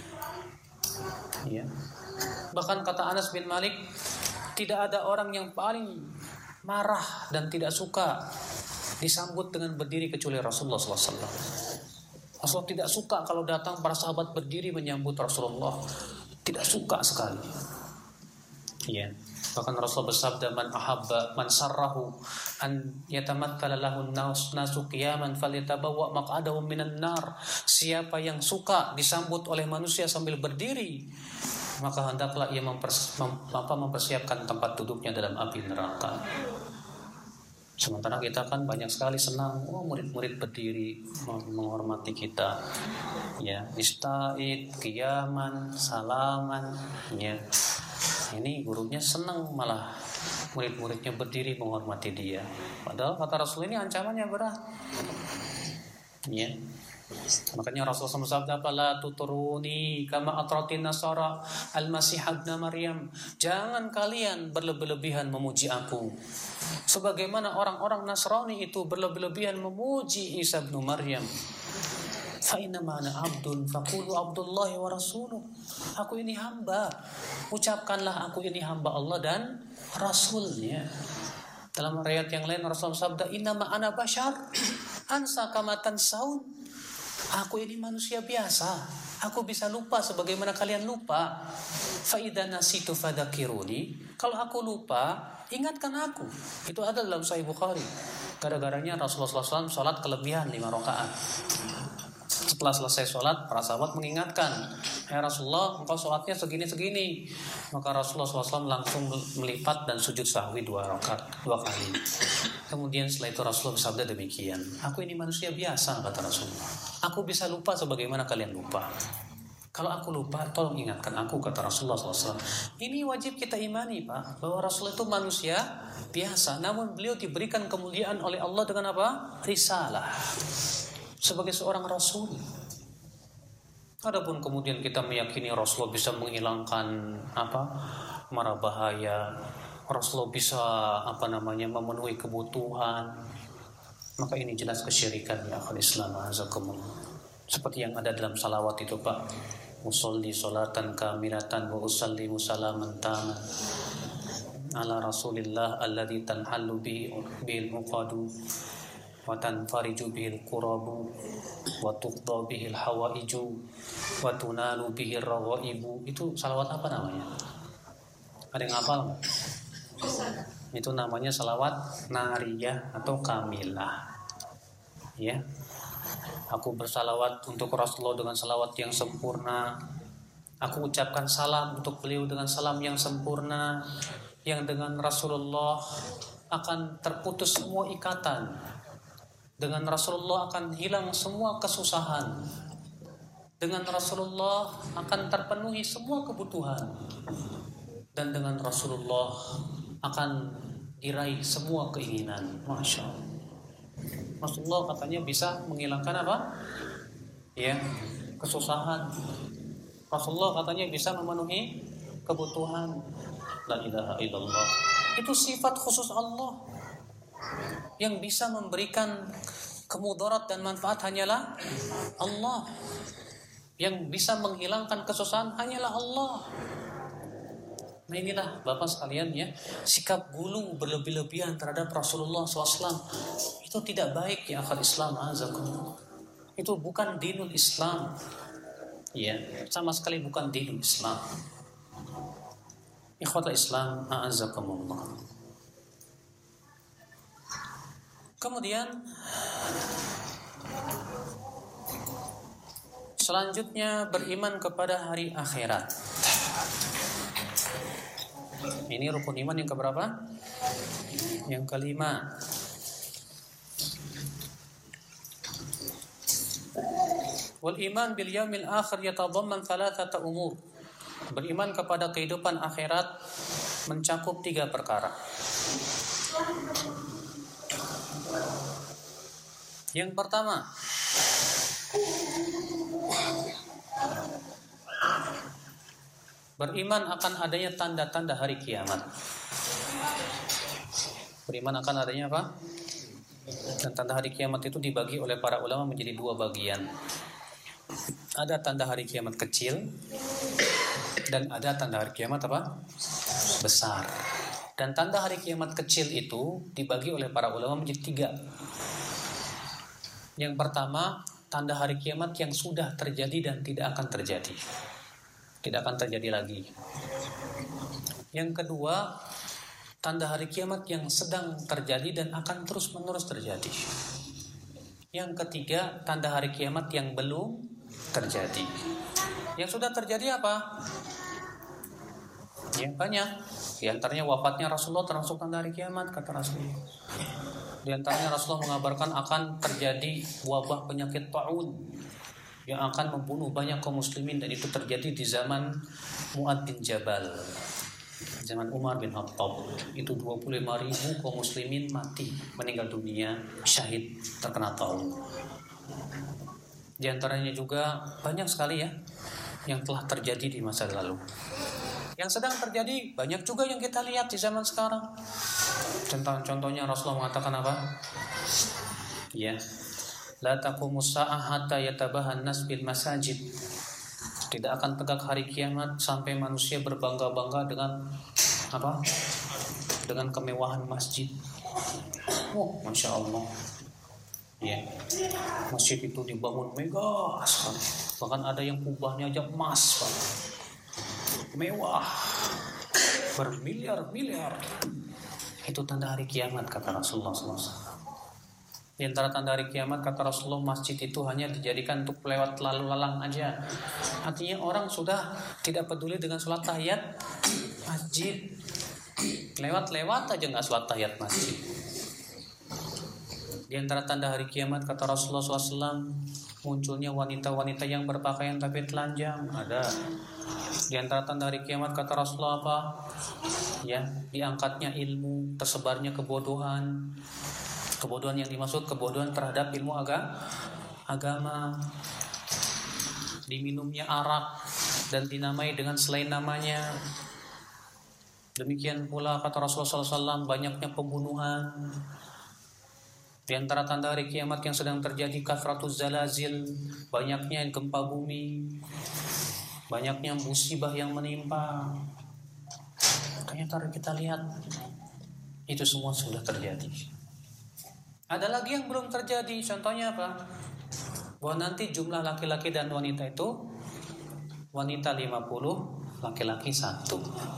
Ya. Bahkan kata Anas bin Malik, tidak ada orang yang paling marah dan tidak suka disambut dengan berdiri kecuali Rasulullah SAW. Rasulullah tidak suka kalau datang para sahabat berdiri menyambut Rasulullah. Tidak suka sekali. Ya. Bahkan Rasulullah bersabda, man ahabba man sarrahu an yatamattala lahu nasu qiyaman falyatabawwa maq'adahu minan nar. Siapa yang suka disambut oleh manusia sambil berdiri, maka hendaklah ia mempersiapkan tempat duduknya dalam api neraka. Sementara kita kan banyak sekali senang, murid-murid berdiri menghormati kita, ya, ista'id, qiyaman, salaman, ya. Ini gurunya senang malah murid-muridnya berdiri menghormati dia. Padahal kata Rasul ini ancamannya berat, ya. Makanya Rasulullah SAW la tuturuni kama atratin nasara al-masih ibn Maryam. Jangan kalian berlebih-lebihan memuji aku sebagaimana orang-orang Nasrani itu berlebih-lebihan memuji Isa bin Maryam. Fa inna ma'ana abdun faqulu abdullahi wa rasuluh. Aku ini hamba, ucapkanlah aku ini hamba Allah dan Rasulnya. Dalam riwayat yang lain Rasulullah sabda, inna ma'ana bashar ansa kama tansaun. Aku ini manusia biasa, aku bisa lupa sebagaimana kalian lupa. Fa idza nasitu fadzakiruni, kalau aku lupa, ingatkan aku. Itu ada dalam Sahih Bukhari. Gara-garanya Rasulullah SAW sholat kelebihan 5 rakaat. Setelah selesai sholat, para sahabat mengingatkan, ya Rasulullah, engkau sholatnya segini-segini. Maka Rasulullah SAW langsung melipat dan sujud sahwi 2 kali. Kemudian setelah itu Rasulullah bersabda demikian, aku ini manusia biasa, kata Rasulullah. Aku bisa lupa sebagaimana kalian lupa. Kalau aku lupa, tolong ingatkan aku, kata Rasulullah SAW. Ini wajib kita imani, Pak, bahwa Rasulullah itu manusia biasa, namun beliau diberikan kemuliaan oleh Allah dengan apa? Risalah, sebagai seorang Rasul. Adapun kemudian kita meyakini Rasulullah bisa menghilangkan mara bahaya, Rasulullah bisa memenuhi kebutuhan, maka ini jelas kesyirikan ya akhul Islam azakumullah. Seperti yang ada dalam salawat itu, Pak. Musolli solatan kamilatan wa usallimu salaman taman ala rasulillah alladhi tanhallu bil uqadu wa tanfariju bihil qurabu wa tuqda bihil hawaiju wa tunalu bihil rawaibu. Itu salawat apa namanya? Ada yang hafal nggak? Itu namanya salawat nariyah atau kamilah. Ya. Aku bersalawat untuk Rasulullah dengan salawat yang sempurna. Aku ucapkan salam untuk beliau dengan salam yang sempurna, yang dengan Rasulullah akan terputus semua ikatan. Dengan Rasulullah akan hilang semua kesusahan. Dengan Rasulullah akan terpenuhi semua kebutuhan. Dan dengan Rasulullah akan diraih semua keinginan. Masya Allah. Rasulullah katanya bisa menghilangkan apa? Ya, kesusahan. Rasulullah katanya bisa memenuhi kebutuhan. La ilaha illallah. Itu sifat khusus Allah. Yang bisa memberikan kemudarat dan manfaat hanyalah Allah. Yang bisa menghilangkan kesusahan hanyalah Allah. Nah inilah Bapak sekalian ya, sikap gulu berlebih-lebihan terhadap Rasulullah SAW itu tidak baik ya akhal Islam azakumullah. Itu bukan dinul Islam. Ya, sama sekali bukan dinul Islam. Ikhwatul Islam azakumullah. Kemudian selanjutnya beriman kepada hari akhirat. Ini rukun iman yang keberapa? Yang kelima. Wal iman bil yaumil akhir yatadamman thalathata umur. Beriman kepada kehidupan akhirat mencakup 3 perkara. Yang pertama, beriman akan adanya tanda-tanda hari kiamat. Beriman akan adanya apa? Dan tanda hari kiamat itu dibagi oleh para ulama menjadi 2 bagian. Ada tanda hari kiamat kecil dan ada tanda hari kiamat apa? Besar. Dan tanda hari kiamat kecil itu dibagi oleh para ulama menjadi 3. Yang pertama, tanda hari kiamat yang sudah terjadi dan tidak akan terjadi. Tidak akan terjadi lagi. Yang kedua, tanda hari kiamat yang sedang terjadi dan akan terus-menerus terjadi. Yang ketiga, tanda hari kiamat yang belum terjadi. Yang sudah terjadi apa? Ya, banyak. Di antaranya wafatnya Rasulullah termasuk tanda hari kiamat, kata Rasulullah. Di antaranya Rasulullah mengabarkan akan terjadi wabah penyakit ta'un yang akan membunuh banyak kaum muslimin, dan itu terjadi di zaman Mu'ad bin Jabal, zaman Umar bin Khattab. Itu 25.000 kaum muslimin mati, meninggal dunia, syahid terkena taun. Di antaranya juga banyak sekali ya yang telah terjadi di masa lalu. Yang sedang terjadi banyak juga yang kita lihat di zaman sekarang. Contohnya Rasulullah mengatakan apa? Ya, la taqumus sa'ah hatta yatabahan nas bil masajid. Tidak akan tegak hari kiamat sampai manusia berbangga-bangga dengan apa? Dengan kemewahan masjid. Oh, Masya Allah. Ya, masjid itu dibangun megah sekali. Bahkan ada yang kubahnya aja emas, Pak. mewah, bermiliar-miliar. Itu tanda hari kiamat kata Rasulullah SAW. Di antara tanda hari kiamat kata Rasulullah, masjid itu hanya dijadikan untuk lewat lalu lalang aja. Artinya orang sudah tidak peduli dengan sholat tahiyat masjid. Lewat-lewat aja nggak sholat tahiyat masjid. Di antara tanda hari kiamat kata Rasulullah SAW, munculnya wanita-wanita yang berpakaian tapi telanjang. Ada. Di antara tanda hari kiamat kata Rasulullah apa? Ya, diangkatnya ilmu, tersebarnya kebodohan. Kebodohan yang dimaksud kebodohan terhadap ilmu agama. Diminumnya arak dan dinamai dengan selain namanya. Demikian pula kata Rasulullah SAW, banyaknya pembunuhan. Di antara tanda hari kiamat yang sedang terjadi kathratuz zalazil, banyaknya gempa bumi, banyaknya musibah yang menimpa. Ternyata kita lihat itu semua sudah terjadi. Ada lagi yang belum terjadi, contohnya apa? Bahwa nanti jumlah laki-laki dan wanita itu, wanita 50, laki-laki 1.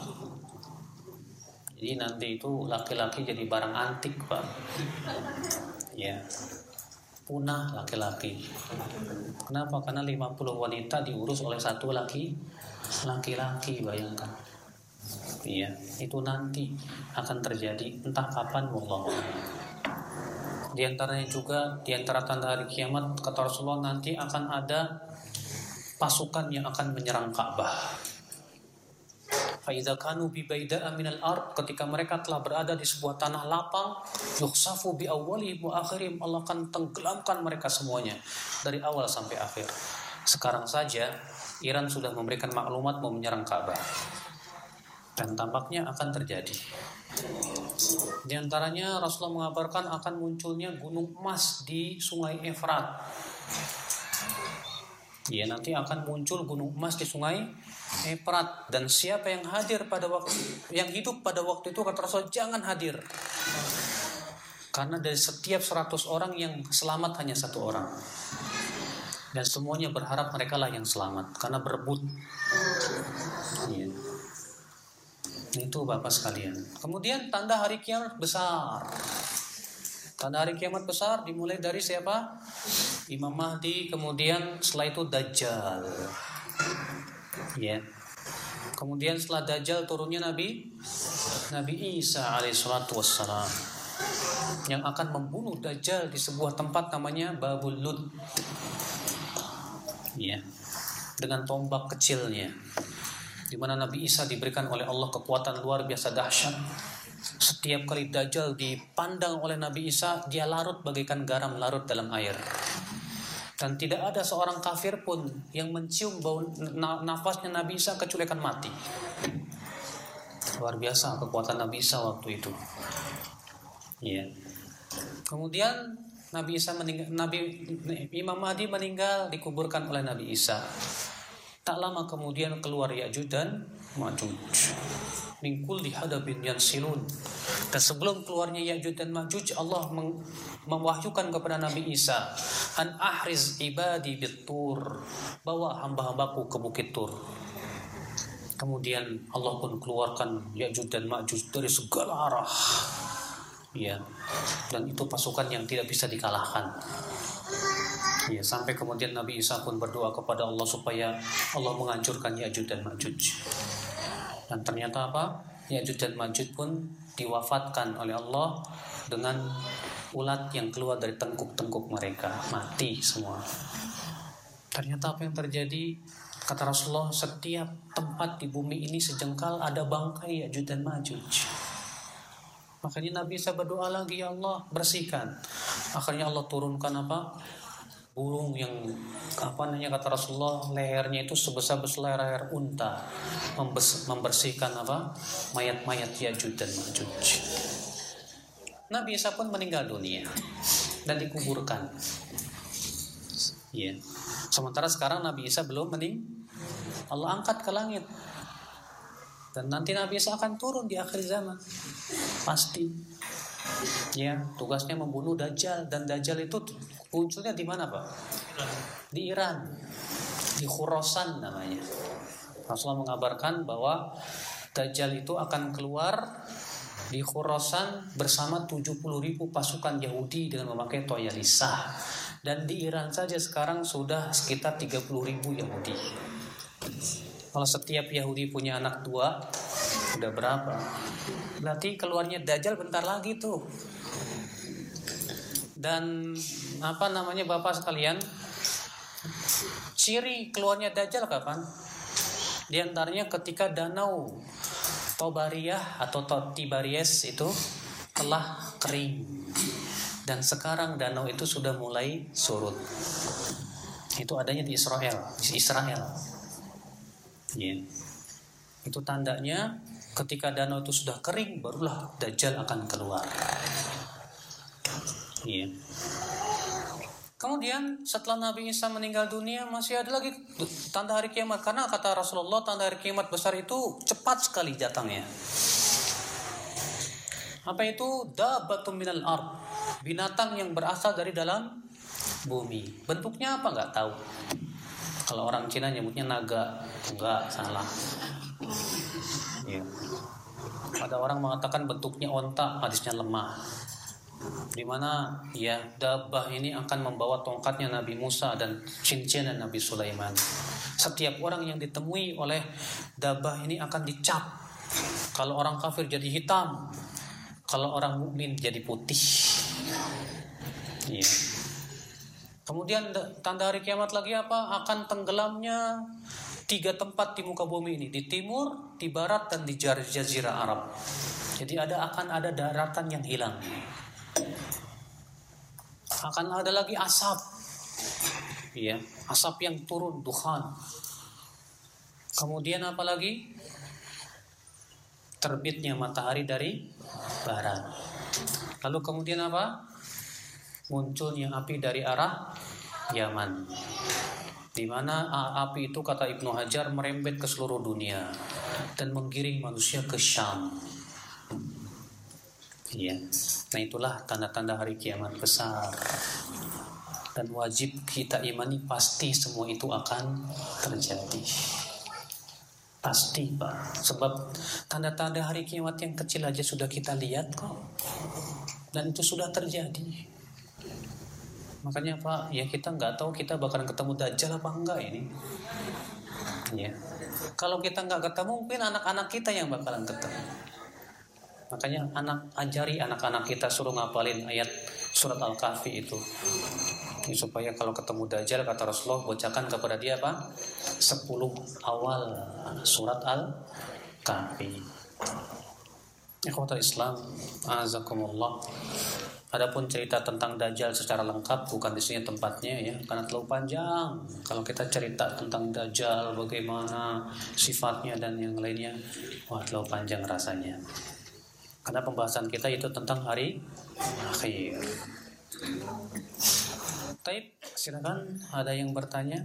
Jadi nanti itu laki-laki jadi barang antik, Pak. Ya, punah laki-laki. Kenapa? Karena 50 wanita diurus oleh 1 laki-laki, bayangkan. Iya, itu nanti akan terjadi, entah kapan, wallahu a'lam. Di antaranya juga, di antara tanda hari kiamat kata Rasulullah, nanti akan ada pasukan yang akan menyerang Ka'bah. Fa idza kanu bi baida'a minal ard, ketika mereka telah berada di sebuah tanah lapang, yukhsafu bi awwalihim wa akhirihim, Allah akan tenggelamkan mereka semuanya dari awal sampai akhir. Sekarang saja Iran sudah memberikan maklumat mau menyerang Ka'bah. Dan tampaknya akan terjadi. Di antaranya Rasulullah mengabarkan akan munculnya gunung emas di Sungai Efrat. Ya, nanti akan muncul gunung emas di Sungai Efrat, dan siapa yang hadir pada waktu, yang hidup pada waktu itu kata Rasul jangan hadir. Karena dari setiap 100 orang yang selamat hanya 1 orang. Dan semuanya berharap mereka lah yang selamat karena berebut. Ya. Itu Bapak sekalian. Kemudian tanda hari kiamat besar. Tanda hari kiamat besar dimulai dari siapa? Imam Mahdi, kemudian setelah itu Dajjal. Ya. Kemudian setelah Dajjal turunnya Nabi Isa alaihissalatu wassalam, yang akan membunuh Dajjal di sebuah tempat namanya Babul Lud. Ya. Dengan tombak kecilnya, di mana Nabi Isa diberikan oleh Allah kekuatan luar biasa dahsyat. Setiap kali Dajjal dipandang oleh Nabi Isa, dia larut bagaikan garam larut dalam air. Dan tidak ada seorang kafir pun yang mencium bau nafasnya Nabi Isa kecuali akan mati. Luar biasa kekuatan Nabi Isa waktu itu. Ya. Kemudian Nabi Isa meninggal, Imam Mahdi meninggal, dikuburkan oleh Nabi Isa. Tak lama kemudian keluar Ya'juj dan Ma'juj min kulli hadabin yansilun. Dan sebelum keluarnya Ya'juj dan Ma'juj, Allah mewahyukan kepada Nabi Isa, an ahriz ibadi bit-tur, bawa hamba-hambaku ke bukit Tur. Kemudian Allah pun keluarkan Ya'juj dan Ma'juj dari segala arah. Ya. Dan itu pasukan yang tidak bisa dikalahkan. Ya, sampai kemudian Nabi Isa pun berdoa kepada Allah supaya Allah menghancurkan Ya'juj dan Ma'juj. Dan ternyata apa? Ya'juj dan Ma'juj pun diwafatkan oleh Allah dengan ulat yang keluar dari tengkuk-tengkuk mereka, mati semua. Ternyata apa yang terjadi? Kata Rasulullah, setiap tempat di bumi ini sejengkal ada bangkai Ya'juj dan Ma'juj. Makanya Nabi Isa berdoa lagi, ya Allah bersihkan. Akhirnya Allah turunkan apa? Burung yang kata Rasulullah, lehernya itu sebesar-besar leher unta, membersihkan apa? Mayat-mayat Ya'juj dan Ma'juj. Nabi Isa pun meninggal dunia dan dikuburkan. Ya. Sementara sekarang Nabi Isa belum Allah angkat ke langit. Dan nanti Nabi Isa akan turun di akhir zaman. Pasti. Ya, tugasnya membunuh Dajjal, dan Dajjal itu munculnya di mana, Pak? Di Iran. Di Khurasan namanya. Rasulullah mengabarkan bahwa Dajjal itu akan keluar di Khurasan bersama 70.000 pasukan Yahudi dengan memakai toyalisah. Dan di Iran saja sekarang sudah sekitar 30.000 Yahudi. Kalau setiap Yahudi punya anak 2, udah berapa? Berarti keluarnya Dajjal bentar lagi tuh. Dan Bapak sekalian, ciri keluarnya Dajjal kapan? Di antaranya ketika danau Tobariyah atau Tiberias itu telah kering, dan sekarang danau itu sudah mulai surut. Itu adanya di Israel. Ya. Itu tandanya ketika danau itu sudah kering, barulah Dajjal akan keluar. Ya. Kemudian setelah Nabi Isa meninggal dunia, masih ada lagi tanda hari kiamat. Karena kata Rasulullah, tanda hari kiamat besar itu cepat sekali datangnya. Apa itu? Dabbatun minal ard, binatang yang berasal dari dalam bumi. Bentuknya apa nggak tahu. Kalau orang Cina nyebutnya naga, enggak, salah. Ya. Ada orang mengatakan bentuknya onta, hadisnya lemah. Di mana ya dabah ini akan membawa tongkatnya Nabi Musa dan cincin Nabi Sulaiman. Setiap orang yang ditemui oleh dabah ini akan dicap. Kalau orang kafir jadi hitam, kalau orang mukmin jadi putih. Ya. Kemudian tanda hari kiamat lagi apa? Akan tenggelamnya 3 tempat di muka bumi ini, di timur, di barat, dan di Jazirah Arab. Jadi akan ada daratan yang hilang. Akan ada lagi asap, ya, asap yang turun, dukhan. Kemudian apa lagi? Terbitnya matahari dari barat. Lalu kemudian apa? Munculnya api dari arah Yaman, di mana api itu kata Ibnu Hajar merembet ke seluruh dunia dan menggiring manusia ke Syam. Ya. Nah, itulah tanda-tanda hari kiamat besar. Dan wajib kita imani pasti semua itu akan terjadi. Pasti, Pak. Sebab tanda-tanda hari kiamat yang kecil aja sudah kita lihat kok. Dan itu sudah terjadi. Makanya Pak, ya kita nggak tahu kita bakalan ketemu Dajjal apa enggak ini. Ya. Kalau kita nggak ketemu, mungkin anak-anak kita yang bakalan ketemu. Makanya ajari anak-anak kita, suruh ngapalin ayat surat Al-Kahfi itu. Ini supaya kalau ketemu Dajjal, kata Rasulullah, bacakan kepada dia apa? 10 awal surat Al-Kahfi. Ikhwatul Islam, azakumullah. Adapun cerita tentang Dajjal secara lengkap bukan di sini tempatnya ya, karena terlalu panjang. Kalau kita cerita tentang Dajjal, bagaimana sifatnya dan yang lainnya, wah terlalu panjang rasanya. Karena pembahasan kita itu tentang hari akhir. Taib, silakan ada yang bertanya.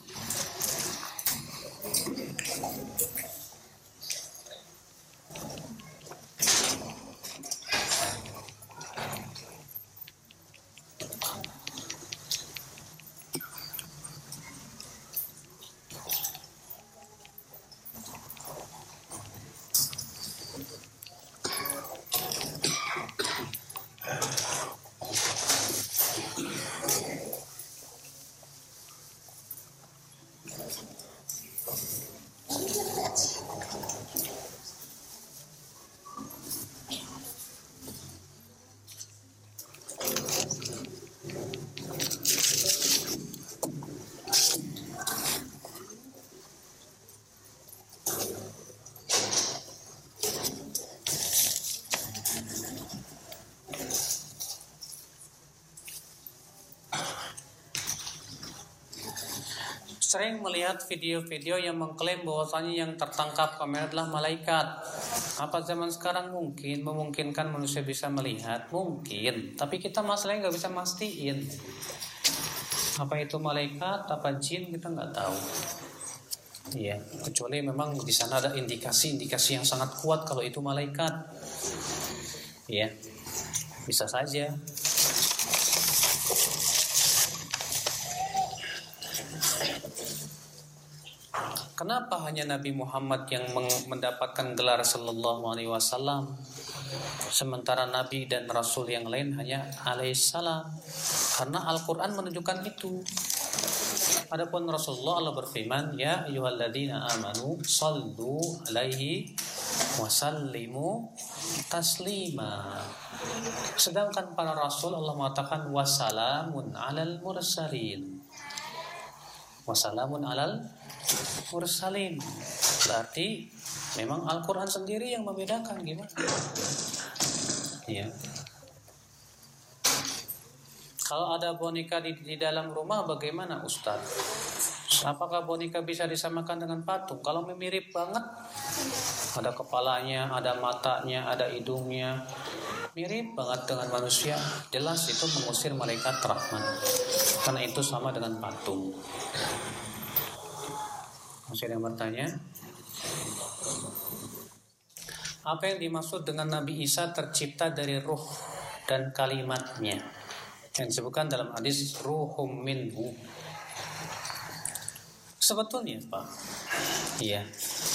Sering melihat video-video yang mengklaim bahwasanya yang tertangkap kamera adalah malaikat. Apa zaman sekarang memungkinkan manusia bisa melihat? Mungkin, tapi kita masalahnya nggak bisa mastiin. Apa itu malaikat, apa jin, kita nggak tahu. Iya, kecuali memang di sana ada indikasi-indikasi yang sangat kuat kalau itu malaikat. Iya, bisa saja. Kenapa hanya Nabi Muhammad yang mendapatkan gelar sallallahu alaihi wasallam, sementara Nabi dan Rasul yang lain hanya alaihissalam? Karena Al-Quran menunjukkan itu. Adapun Rasulullah, Allah berfirman, ya ayyuhalladzina amanu sallu alaihi wasallimu taslima. Sedangkan para Rasul Allah mengatakan wassalamun alal mursalin. Wassalamun alal mursalin. Berarti memang Al-Quran sendiri yang membedakan, gimana? Ya. Kalau ada boneka di dalam rumah bagaimana Ustaz? Apakah boneka bisa disamakan dengan patung? Kalau mirip banget, ada kepalanya, ada matanya, ada hidungnya, mirip banget dengan manusia, jelas itu mengusir malaikat rahmat. Karena itu sama dengan patung. Masih ada yang bertanya? Apa yang dimaksud dengan Nabi Isa tercipta dari ruh dan kalimatnya? Yang disebutkan dalam hadis ruhum minhu. Sebetulnya Pak, iya,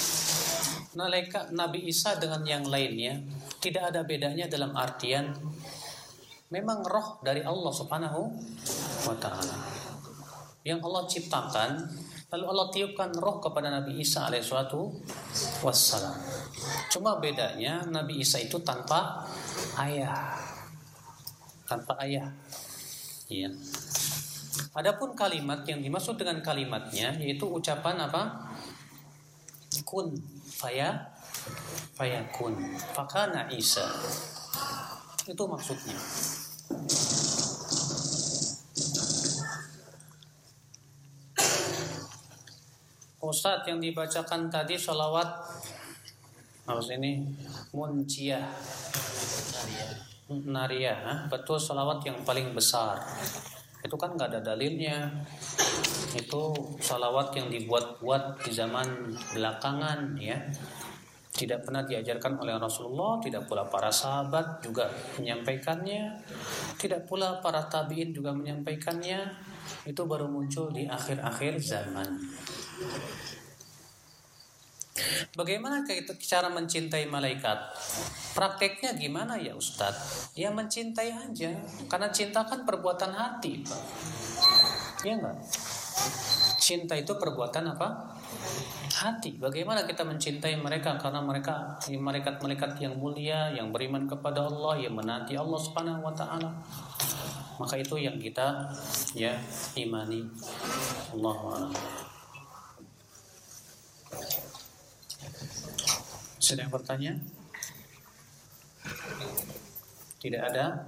Nabi Isa dengan yang lainnya tidak ada bedanya dalam artian memang roh dari Allah Subhanahu wa ta'ala yang Allah ciptakan, lalu Allah tiupkan roh kepada Nabi Isa alaihissalatu wassalam. Cuma bedanya Nabi Isa itu tanpa ayah. Tanpa ayah. Iya. Adapun kalimat yang dimaksud dengan kalimatnya yaitu ucapan apa? Kun fayakun. Fakana Isa. Itu maksudnya. Ustadz, yang dibacakan tadi sholawat apa ini? Munciyah Nariyah, betul, sholawat yang paling besar. Itu kan gak ada dalilnya. Itu sholawat yang dibuat-buat di zaman belakangan, ya. Tidak pernah diajarkan oleh Rasulullah, tidak pula para sahabat juga menyampaikannya, tidak pula para tabi'in juga menyampaikannya. Itu baru muncul di akhir-akhir zaman. Bagaimana cara mencintai malaikat? Prakteknya gimana ya Ustadz? Ya mencintai aja, karena cinta kan perbuatan hati, Pak. Ya enggak? Cinta itu perbuatan apa? Hati. Bagaimana kita mencintai mereka? Karena mereka malaikat-malaikat yang mulia, yang beriman kepada Allah, yang menaati Allah Subhanahu wa ta'ala. Maka itu yang kita ya imani. Allahu a'lam. Sedang bertanya? Tidak ada?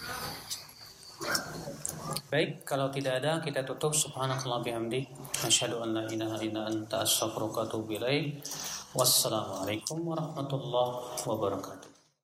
Baik, kalau tidak ada kita tutup. Subhanakallah bihamdi, asyhadu an la ilaha illa anta, astaghfiruka wa atubu ilaik. Wassalamualaikum warahmatullahi wabarakatuh.